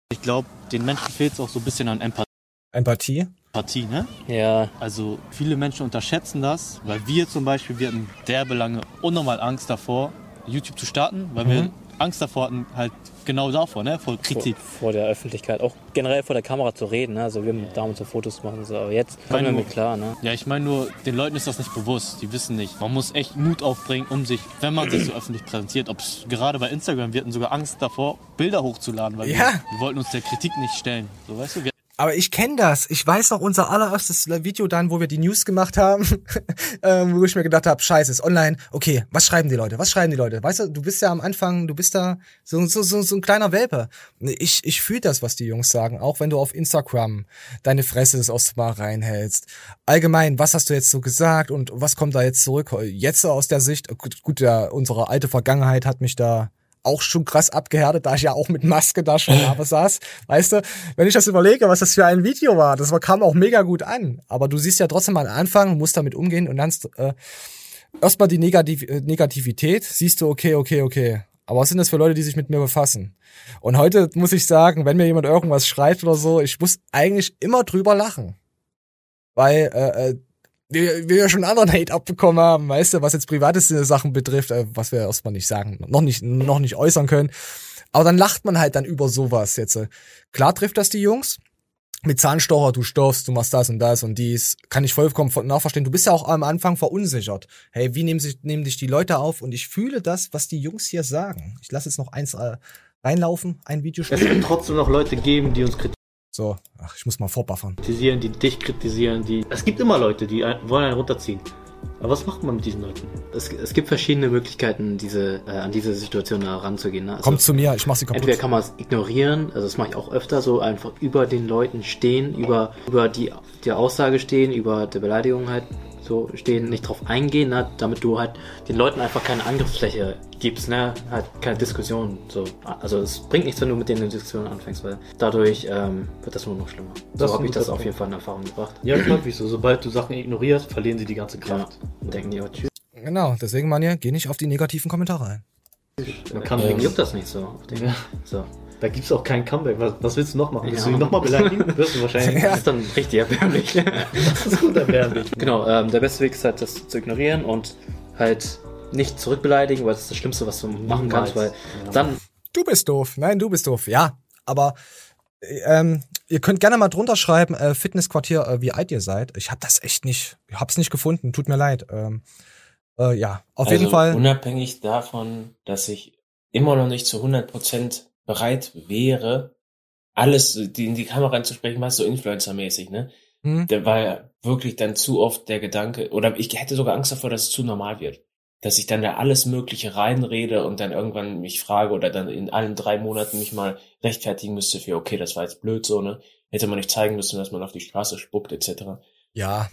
Ich glaube, den Menschen fehlt es auch so ein bisschen an Empathie? Empathie, ne? Ja. Also viele Menschen unterschätzen das, weil wir zum Beispiel, wir hatten derbe lange unnormal Angst davor, YouTube zu starten, weil wir Angst davor hatten, halt genau davor, ne? Vor Kritik. Vor der Öffentlichkeit, auch generell vor der Kamera zu reden, ne? Also wir haben damals so Fotos gemacht und so, aber jetzt kommen wir mit klar, ne? Ja, ich meine nur, den Leuten ist das nicht bewusst, die wissen nicht. Man muss echt Mut aufbringen, wenn man sich so öffentlich präsentiert, ob es gerade bei Instagram, wir hatten sogar Angst davor, Bilder hochzuladen, weil wir wollten uns der Kritik nicht stellen, so weißt du? Aber ich kenne das. Ich weiß noch unser allererstes Video dann, wo wir die News gemacht haben, wo ich mir gedacht habe, scheiße, ist online. Okay, was schreiben die Leute? Weißt du, du bist ja am Anfang, du bist da so ein kleiner Welpe. Ich fühle das, was die Jungs sagen, auch wenn du auf Instagram deine Fresse das aus Mal reinhältst. Allgemein, was hast du jetzt so gesagt und was kommt da jetzt zurück? Jetzt aus der Sicht, gut, unsere alte Vergangenheit hat mich da auch schon krass abgehärtet, da ich ja auch mit Maske da schon saß. Weißt du, wenn ich das überlege, was das für ein Video war, das kam auch mega gut an. Aber du siehst ja trotzdem am Anfang, musst damit umgehen und dann erstmal die Negativität, siehst du, okay. Aber was sind das für Leute, die sich mit mir befassen? Und heute muss ich sagen, wenn mir jemand irgendwas schreibt oder so, ich muss eigentlich immer drüber lachen. Weil wir ja schon anderen Hate abbekommen haben, weißt du, was jetzt private Sachen betrifft, was wir erstmal nicht sagen, noch nicht äußern können. Aber dann lacht man halt dann über sowas jetzt. Klar trifft das die Jungs. Mit Zahnstocher, du stoffst, du machst das und dies. Kann ich vollkommen nachverstehen. Du bist ja auch am Anfang verunsichert. Hey, wie nehmen dich die Leute auf? Und ich fühle das, was die Jungs hier sagen. Ich lasse jetzt noch eins reinlaufen, ein Video. Es wird trotzdem noch Leute geben, die uns kritisieren. So, ich muss mal vorbuffern. Die dich kritisieren, es gibt immer Leute, die wollen einen runterziehen. Aber was macht man mit diesen Leuten? Es gibt verschiedene Möglichkeiten, an diese Situation heranzugehen. Ne? Also kommt zu mir, ich mach sie kaputt. Entweder kann man es ignorieren, also das mache ich auch öfter, so einfach über den Leuten stehen, über die Aussage stehen, über die Beleidigung halt so stehen, nicht drauf eingehen, ne? Damit du halt den Leuten einfach keine Angriffsfläche gibst, ne? Halt keine Diskussion. So. Also es bringt nichts, wenn du mit denen eine Diskussion anfängst, weil dadurch wird das nur noch schlimmer. So habe ich das auf jeden Fall in Erfahrung gebracht. Ja, klar, wieso? Sobald du Sachen ignorierst, verlieren sie die ganze Kraft. Und denken die, oh, tschüss. Genau, deswegen, Manja, geh nicht auf die negativen Kommentare ein. Deswegen juckt das nicht so. So. Da gibt's auch kein Comeback. Was willst du noch machen? Willst du ihn nochmal beleidigen? Wirst du wahrscheinlich. Das ist dann richtig erbärmlich. Das ist gut erbärmlich. Genau, der beste Weg ist halt, das zu ignorieren und halt nicht zurückbeleidigen, weil das ist das Schlimmste, was du machen kannst, weil dann... Du bist doof. Nein, du bist doof. Ja, aber ihr könnt gerne mal drunter schreiben, Fitnessquartier, wie alt ihr seid. Ich hab's nicht gefunden. Tut mir leid. Ja, auf jeden Fall. Unabhängig davon, dass ich immer noch nicht zu 100% bereit wäre, alles in die Kamera reinzusprechen, was so Influencer-mäßig, ne? Da war ja wirklich dann zu oft der Gedanke, oder ich hätte sogar Angst davor, dass es zu normal wird. Dass ich dann da alles Mögliche reinrede und dann irgendwann mich frage oder dann in allen 3 Monaten mich mal rechtfertigen müsste für, okay, das war jetzt blöd so, ne? Hätte man nicht zeigen müssen, dass man auf die Straße spuckt, etc. Ja.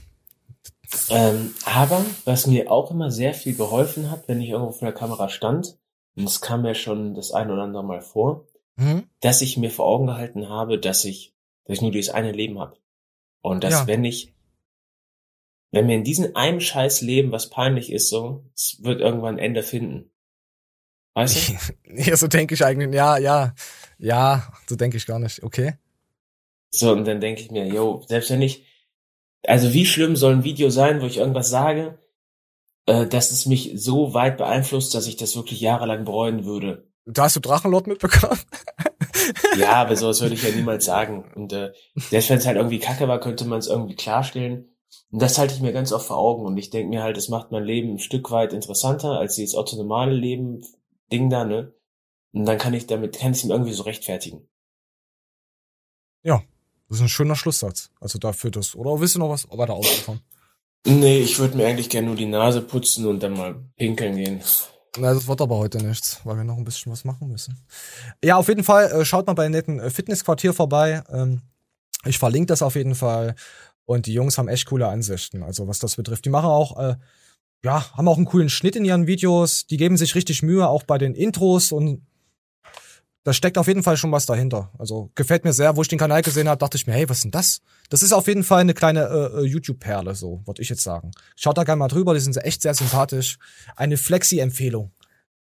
Aber was mir auch immer sehr viel geholfen hat, wenn ich irgendwo vor der Kamera stand, und es kam mir schon das ein oder andere Mal vor, dass ich mir vor Augen gehalten habe, dass ich nur dieses eine Leben habe. Und dass wenn mir in diesem einen scheiß Leben was peinlich ist, so, es wird irgendwann ein Ende finden. Weißt du? Ja, so denke ich eigentlich, ja, so denke ich gar nicht, okay. So, und dann denke ich mir, selbst wenn also wie schlimm soll ein Video sein, wo ich irgendwas sage, dass es mich so weit beeinflusst, dass ich das wirklich jahrelang bereuen würde. Da hast du Drachenlord mitbekommen? Ja, aber sowas würde ich ja niemals sagen. Und selbst wenn es halt irgendwie kacke war, könnte man es irgendwie klarstellen. Und das halte ich mir ganz oft vor Augen. Und ich denke mir halt, es macht mein Leben ein Stück weit interessanter als dieses orthonormale Leben-Ding da, ne? Und dann kann ich es mir irgendwie so rechtfertigen. Ja, das ist ein schöner Schlusssatz. Also dafür das. Oder willst du noch was weiter ausliefern? Nee, ich würde mir eigentlich gerne nur die Nase putzen und dann mal pinkeln gehen. Na, das wird aber heute nichts, weil wir noch ein bisschen was machen müssen. Ja, auf jeden Fall, schaut mal bei dem netten Fitnessquartier vorbei. Ich verlinke das auf jeden Fall. Und die Jungs haben echt coole Ansichten, also was das betrifft. Die machen auch, haben auch einen coolen Schnitt in ihren Videos. Die geben sich richtig Mühe, auch bei den Intros. Und da steckt auf jeden Fall schon was dahinter. Also gefällt mir sehr. Wo ich den Kanal gesehen habe, dachte ich mir, hey, was ist denn das? Das ist auf jeden Fall eine kleine YouTube-Perle, so würde ich jetzt sagen. Schaut da gerne mal drüber, die sind echt sehr sympathisch. Eine Flexi-Empfehlung.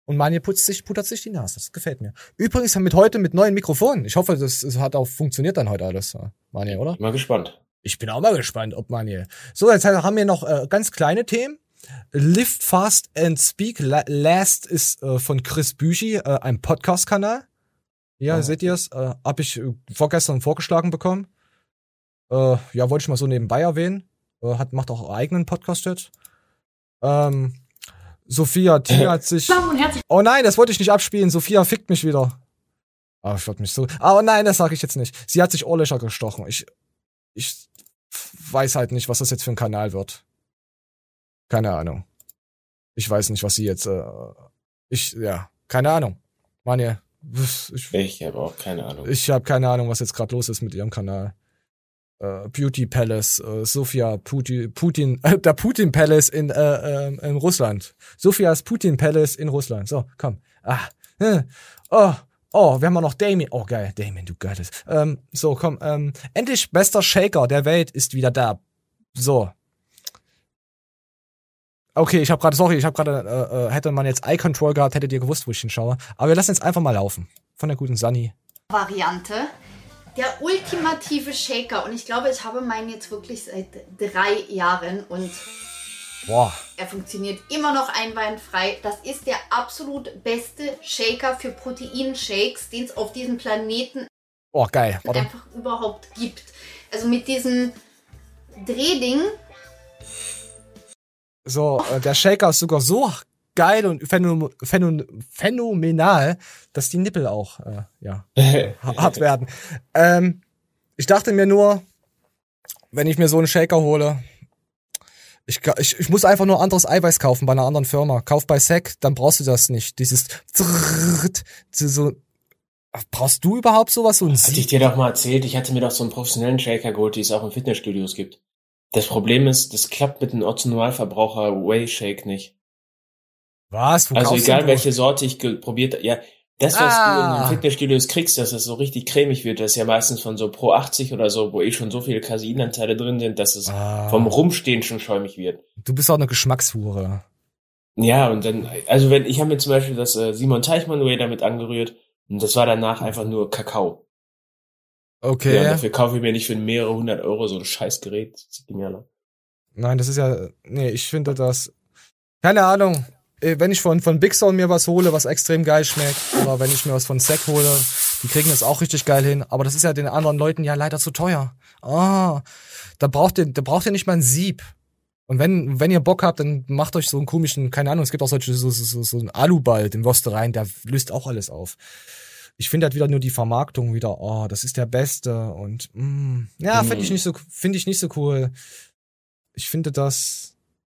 Und Manje putert sich die Nase. Das gefällt mir. Übrigens mit neuen Mikrofonen. Ich hoffe, das hat auch funktioniert dann heute alles, Manje, oder? Mal gespannt. Ich bin auch mal gespannt, ob Manje. So, jetzt haben wir noch ganz kleine Themen. Lift Fast and Speak Last ist von Chris Büchi, ein Podcast-Kanal. Ja, seht ihr es? Hab ich vorgestern vorgeschlagen bekommen. Ja, wollte ich mal so nebenbei erwähnen. Macht auch einen eigenen Podcast jetzt. Sophia Tina hat sich... Oh nein, das wollte ich nicht abspielen. Sophia fickt mich wieder. Ich würde mich so... Oh nein, das sage ich jetzt nicht. Sie hat sich Ohrlöcher gestochen. Ich weiß halt nicht, was das jetzt für ein Kanal wird. Keine Ahnung. Ich weiß nicht, was sie jetzt... keine Ahnung. Manje. Ich habe auch keine Ahnung. Ich habe keine Ahnung, was jetzt gerade los ist mit ihrem Kanal. Beauty Palace, Sophia Putin, der Putin Palace in Russland. Sophias Putin Palace in Russland. So, komm. Wir haben auch noch Damien. Oh, geil. Damien, du Geiles. So, komm. Endlich bester Shaker der Welt ist wieder da. So. Okay, hätte man jetzt Eye Control gehabt, hättet ihr gewusst, wo ich hinschaue. Aber wir lassen jetzt einfach mal laufen. Von der guten Sunny. Variante. Der ultimative Shaker. Und ich glaube, ich habe meinen jetzt wirklich seit 3 Jahren und er funktioniert immer noch einwandfrei. Das ist der absolut beste Shaker für Proteinshakes, den es auf diesem Planeten geil. einfach überhaupt gibt. Also mit diesem Drehding. So, der Shaker ist sogar so geil und phänomenal, dass die Nippel auch hart werden. Ich dachte mir nur, wenn ich mir so einen Shaker hole, ich muss einfach nur anderes Eiweiß kaufen bei einer anderen Firma. Kauf bei Sec, dann brauchst du das nicht. Brauchst du überhaupt sowas? Hatte ich dir doch mal erzählt, ich hatte mir doch so einen professionellen Shaker geholt, die es auch in Fitnessstudios gibt. Das Problem ist, das klappt mit einem Otto-Normalverbraucher Whey Shake nicht. Was? Also egal welche Sorte ich probiert habe. Ja, das, was du in den Fitnessstudios kriegst, dass es so richtig cremig wird, das ist ja meistens von so Pro 80 oder so, wo schon so viele Caseinanteile drin sind, dass es vom Rumstehen schon schäumig wird. Du bist auch eine Geschmackshure. Ja, und dann, also ich habe mir zum Beispiel das Simon Teichmann Whey damit angerührt und das war danach einfach nur Kakao. Okay. Ja, dafür kaufe ich mir nicht für mehrere 100 Euro so ein Scheißgerät. Nein, das ist ja, ich finde das, keine Ahnung. Wenn ich von Big Soul mir was hole, was extrem geil schmeckt, oder wenn ich mir was von Sec hole, die kriegen das auch richtig geil hin, aber das ist ja den anderen Leuten ja leider zu teuer. Da braucht ihr nicht mal ein Sieb. Und wenn ihr Bock habt, dann macht euch so einen komischen, keine Ahnung, es gibt auch solche, so einen Aluball, den wirst du rein, der löst auch alles auf. Ich finde halt wieder nur die Vermarktung wieder, das ist der Beste und, finde ich nicht so cool. Ich finde das,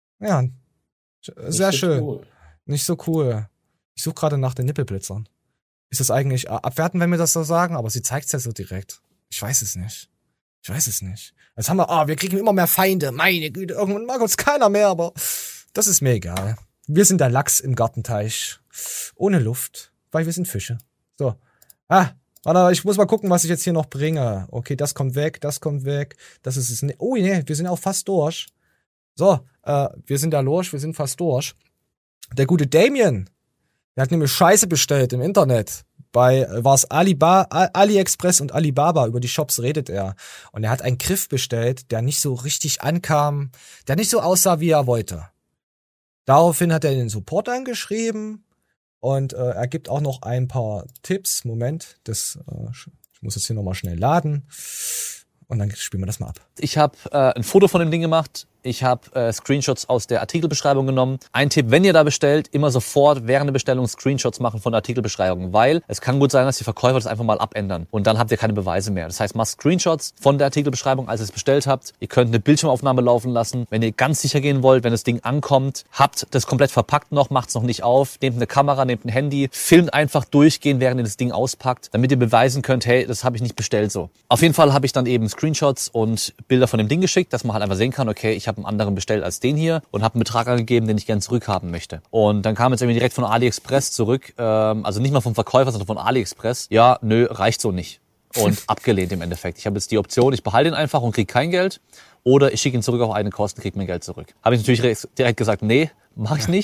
sehr schön. Cool. Nicht so cool. Ich suche gerade nach den Nippelblitzern. Ist das eigentlich abwertend, wenn wir das so sagen? Aber sie zeigt's ja so direkt. Ich weiß es nicht. Jetzt haben wir kriegen immer mehr Feinde. Meine Güte, irgendwann mag uns keiner mehr, aber das ist mir egal. Wir sind der Lachs im Gartenteich. Ohne Luft, weil wir sind Fische. So. Warte, ich muss mal gucken, was ich jetzt hier noch bringe. Okay, das kommt weg. Das ist es. Oh, nee, wir sind auch fast durch. So, wir sind fast durch. Der gute Damien, der hat nämlich Scheiße bestellt im Internet. War's AliExpress und Alibaba, über die Shops redet er. Und er hat einen Griff bestellt, der nicht so richtig ankam, der nicht so aussah, wie er wollte. Daraufhin hat er den Support angeschrieben und er gibt auch noch ein paar Tipps. Moment, ich muss jetzt hier nochmal schnell laden. Und dann spielen wir das mal ab. Ich habe ein Foto von dem Ding gemacht. Ich habe Screenshots aus der Artikelbeschreibung genommen. Ein Tipp, wenn ihr da bestellt, immer sofort während der Bestellung Screenshots machen von der Artikelbeschreibung, weil es kann gut sein, dass die Verkäufer das einfach mal abändern und dann habt ihr keine Beweise mehr. Das heißt, macht Screenshots von der Artikelbeschreibung, als ihr es bestellt habt. Ihr könnt eine Bildschirmaufnahme laufen lassen. Wenn ihr ganz sicher gehen wollt, wenn das Ding ankommt, habt das komplett verpackt noch, macht's noch nicht auf, nehmt eine Kamera, nehmt ein Handy, filmt einfach durchgehend, während ihr das Ding auspackt, damit ihr beweisen könnt, hey, das habe ich nicht bestellt so. Auf jeden Fall habe ich dann eben Screenshots und Bilder von dem Ding geschickt, dass man halt einfach sehen kann, okay, ich habe einen anderen bestellt als den hier und habe einen Betrag angegeben, den ich gerne zurückhaben möchte. Und dann kam jetzt irgendwie direkt von AliExpress zurück, also nicht mal vom Verkäufer, sondern von AliExpress. Ja, nö, reicht so nicht. Und abgelehnt im Endeffekt. Ich habe jetzt die Option, ich behalte ihn einfach und kriege kein Geld oder ich schicke ihn zurück auf eigene Kosten, kriege mein Geld zurück. Habe ich natürlich direkt gesagt, nee, mache ich nicht.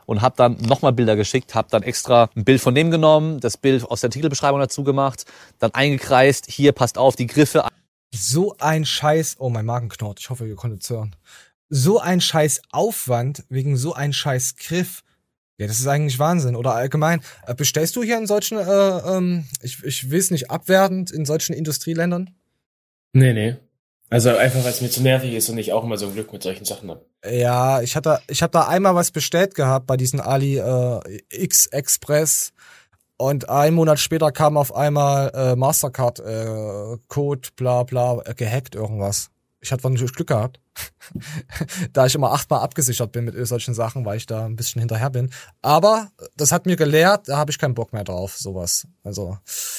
und habe dann nochmal Bilder geschickt, habe dann extra ein Bild von dem genommen, das Bild aus der Artikelbeschreibung dazu gemacht, dann eingekreist, hier passt auf, die Griffe. So ein Scheiß, oh mein Magen knurrt, ich hoffe, ihr konntet es hören. So ein Scheiß Aufwand wegen so ein Scheiß Griff. Ja, das ist eigentlich Wahnsinn. Oder allgemein, bestellst du hier in solchen, ich will es nicht abwertend, in solchen Industrieländern? Nee. Also einfach, weil es mir zu nervig ist und ich auch immer so ein Glück mit solchen Sachen habe. Ja, ich hab da einmal was bestellt gehabt bei diesen Ali X Express und 1 Monat später kam auf einmal Mastercard Code, bla bla, gehackt irgendwas. Ich hatte natürlich Glück gehabt, da ich immer 8-mal abgesichert bin mit solchen Sachen, weil ich da ein bisschen hinterher bin. Aber das hat mir gelehrt, da habe ich keinen Bock mehr drauf, sowas. Also,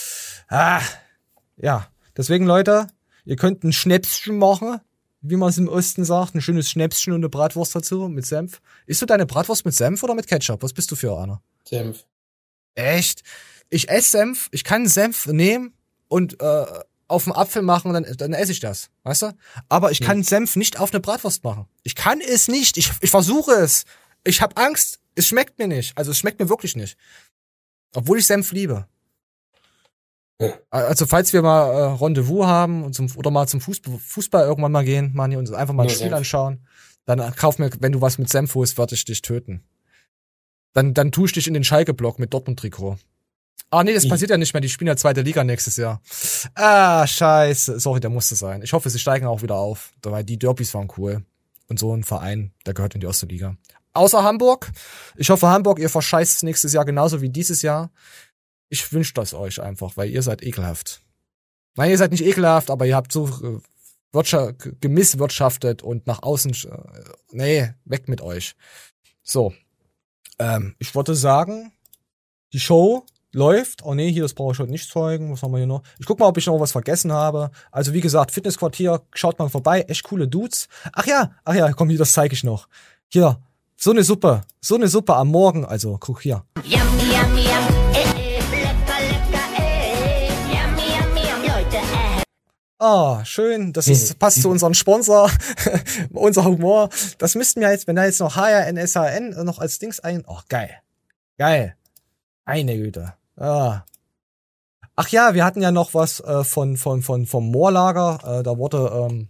ja, deswegen Leute, ihr könnt ein Schnäpschen machen, wie man es im Osten sagt, ein schönes Schnäpschen und eine Bratwurst dazu mit Senf. Isst du deine Bratwurst mit Senf oder mit Ketchup? Was bist du für einer? Senf. Echt? Ich esse Senf, ich kann Senf nehmen und auf den Apfel machen, dann esse ich das, weißt du? Aber ich kann Senf nicht auf eine Bratwurst machen. Ich kann es nicht, ich versuche es. Ich habe Angst, es schmeckt mir nicht. Also es schmeckt mir wirklich nicht. Obwohl ich Senf liebe. Also falls wir mal Rendezvous haben und oder mal zum Fußball irgendwann mal gehen, Mani, und einfach mal ein Spiel anschauen, dann kauf mir, wenn du was mit Senf holst, werde ich dich töten. Dann tue ich dich in den Schalke-Block mit Dortmund-Trikot. Ah, nee, das passiert ja nicht mehr. Die spielen ja 2. Liga nächstes Jahr. Scheiße. Sorry, der musste sein. Ich hoffe, sie steigen auch wieder auf, weil die Derbys waren cool. Und so ein Verein, der gehört in die erste Liga. Außer Hamburg. Ich hoffe, Hamburg, ihr verscheißt nächstes Jahr genauso wie dieses Jahr. Ich wünsche das euch einfach, weil ihr seid ekelhaft. Nein, ihr seid nicht ekelhaft, aber ihr habt so gemisswirtschaftet und nach außen, nee, weg mit euch. So. Ich wollte sagen, die Show läuft. Oh nee, hier, das brauche ich heute nicht zeigen. Was haben wir hier noch? Ich guck mal, ob ich noch was vergessen habe. Also wie gesagt, Fitnessquartier, schaut mal vorbei. Echt coole Dudes. Ach ja, komm hier, das zeige ich noch. Hier, so eine Suppe am Morgen. Also, guck hier. Yum, yum, yum. Lecker, lecker, yum, yum, yum, Leute, Schön. Das passt zu unserem Sponsor. Unser Humor. Das müssten wir jetzt, wenn da jetzt noch HRN, noch als Dings geil. Geil. Eine Güte. Ach ja, wir hatten ja noch was vom Moorlager. Da wurde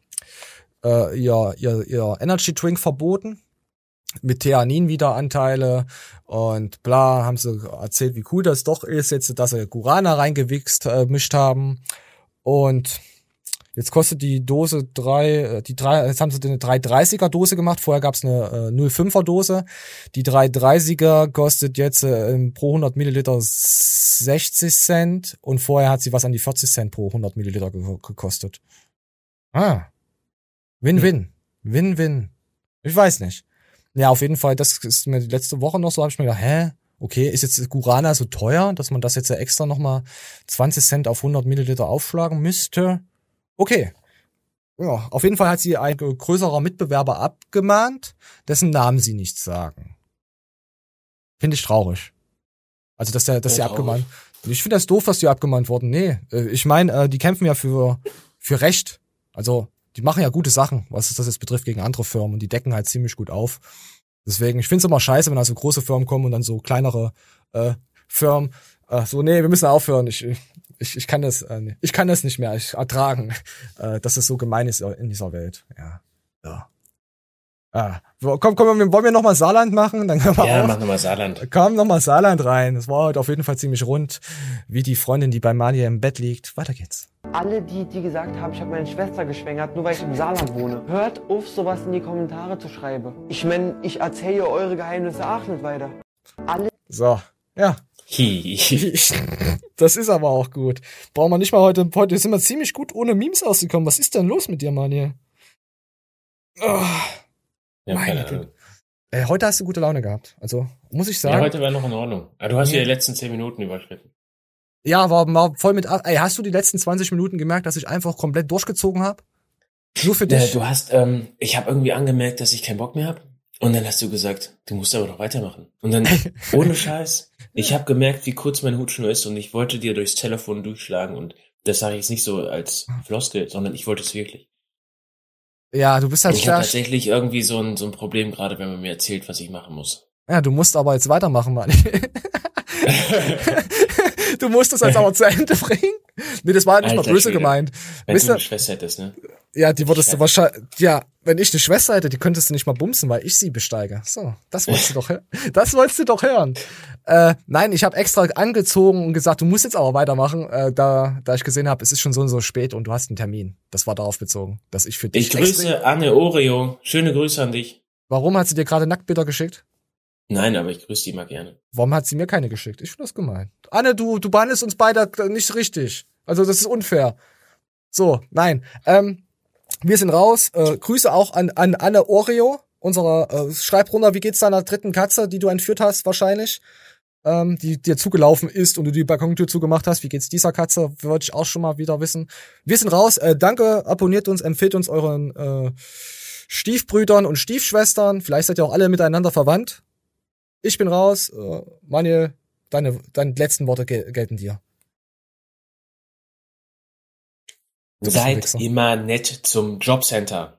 ihr Energy Drink verboten. Mit Theanin wieder Anteile und bla, haben sie erzählt, wie cool das doch ist, jetzt, dass sie Guarana mischt haben. Und jetzt kostet die Dose jetzt haben sie eine 3,30er Dose gemacht, vorher gab's eine 0,5er Dose. Die 3,30er kostet jetzt pro 100 Milliliter 60 Cent und vorher hat sie was an die 40 Cent pro 100 Milliliter gekostet. Win-win. Win-win. Ich weiß nicht. Ja, auf jeden Fall, das ist mir die letzte Woche noch so, habe ich mir gedacht, okay, ist jetzt Guarana so teuer, dass man das jetzt ja extra nochmal 20 Cent auf 100 Milliliter aufschlagen müsste? Okay. Ja, auf jeden Fall hat sie ein größerer Mitbewerber abgemahnt, dessen Namen sie nicht sagen. Finde ich traurig. Also, dass sie abgemahnt. Ich finde das doof, dass die abgemahnt wurden. Nee, ich meine, die kämpfen ja für Recht. Also, die machen ja gute Sachen, was das jetzt betrifft, gegen andere Firmen und die decken halt ziemlich gut auf. Deswegen, ich finde es immer scheiße, wenn da so große Firmen kommen und dann so kleinere Firmen nee, wir müssen aufhören. Ich kann das nicht mehr ertragen, dass es so gemein ist in dieser Welt. Ja. Komm, wollen wir nochmal Saarland machen? Dann können wir mach nochmal Saarland. Komm, nochmal Saarland rein. Das war heute auf jeden Fall ziemlich rund, wie die Freundin, die bei Mania im Bett liegt. Weiter geht's. Alle, die gesagt haben, ich habe meine Schwester geschwängert, nur weil ich im Saarland wohne. Hört auf, sowas in die Kommentare zu schreiben. Ich meine, ich erzähle eure Geheimnisse auch nicht weiter. Alle. So, ja. Das ist aber auch gut. Brauchen wir nicht mal heute sind wir ziemlich gut ohne Memes ausgekommen. Was ist denn los mit dir, Mania? Meine Güte. Heute hast du gute Laune gehabt. Also, muss ich sagen. Ja, heute war noch in Ordnung. Aber du hast ja die letzten 10 Minuten überschritten. Ja, war voll mit. Hast du die letzten 20 Minuten gemerkt, dass ich einfach komplett durchgezogen habe? Nur für dich? Du hast, ich habe irgendwie angemerkt, dass ich keinen Bock mehr habe. Und dann hast du gesagt, du musst aber doch weitermachen. Und dann, ohne Scheiß, ich habe gemerkt, wie kurz mein Hut schon ist und ich wollte dir durchs Telefon durchschlagen. Und das sage ich jetzt nicht so als Floskel, sondern ich wollte es wirklich. Ja, du bist halt ich habe tatsächlich irgendwie so ein Problem, gerade wenn man mir erzählt, was ich machen muss. Ja, du musst aber jetzt weitermachen, Mann. Du musst es jetzt aber zu Ende bringen. Nee, das war nicht mal böse gemeint. Wenn du eine Schwester hättest, ne? Ja, die würdest du wahrscheinlich, ja, wenn ich eine Schwester hätte, die könntest du nicht mal bumsen, weil ich sie besteige. So, das wolltest du doch hören. Das wolltest du doch hören. Nein, ich habe extra angezogen und gesagt, du musst jetzt aber weitermachen, da ich gesehen habe, es ist schon so und so spät und du hast einen Termin. Das war darauf bezogen, dass ich für dich. Ich grüße Anne Oreo. Schöne Grüße an dich. Warum hat sie dir gerade Nacktbilder geschickt? Nein, aber ich grüße die mal gerne. Warum hat sie mir keine geschickt? Ich finde das gemein. Anne, du behandelst uns beide nicht richtig. Also das ist unfair. So, nein. Wir sind raus. Grüße auch an Anne Oreo, unsere, schreib runter, wie geht's deiner dritten Katze, die du entführt hast, wahrscheinlich, die dir zugelaufen ist und du die Balkontür zugemacht hast. Wie geht's dieser Katze? Würde ich auch schon mal wieder wissen. Wir sind raus. Danke, abonniert uns, empfiehlt uns euren Stiefbrüdern und Stiefschwestern. Vielleicht seid ihr auch alle miteinander verwandt. Ich bin raus. Manuel, deine letzten Worte gelten dir. Seid immer nett zum Jobcenter.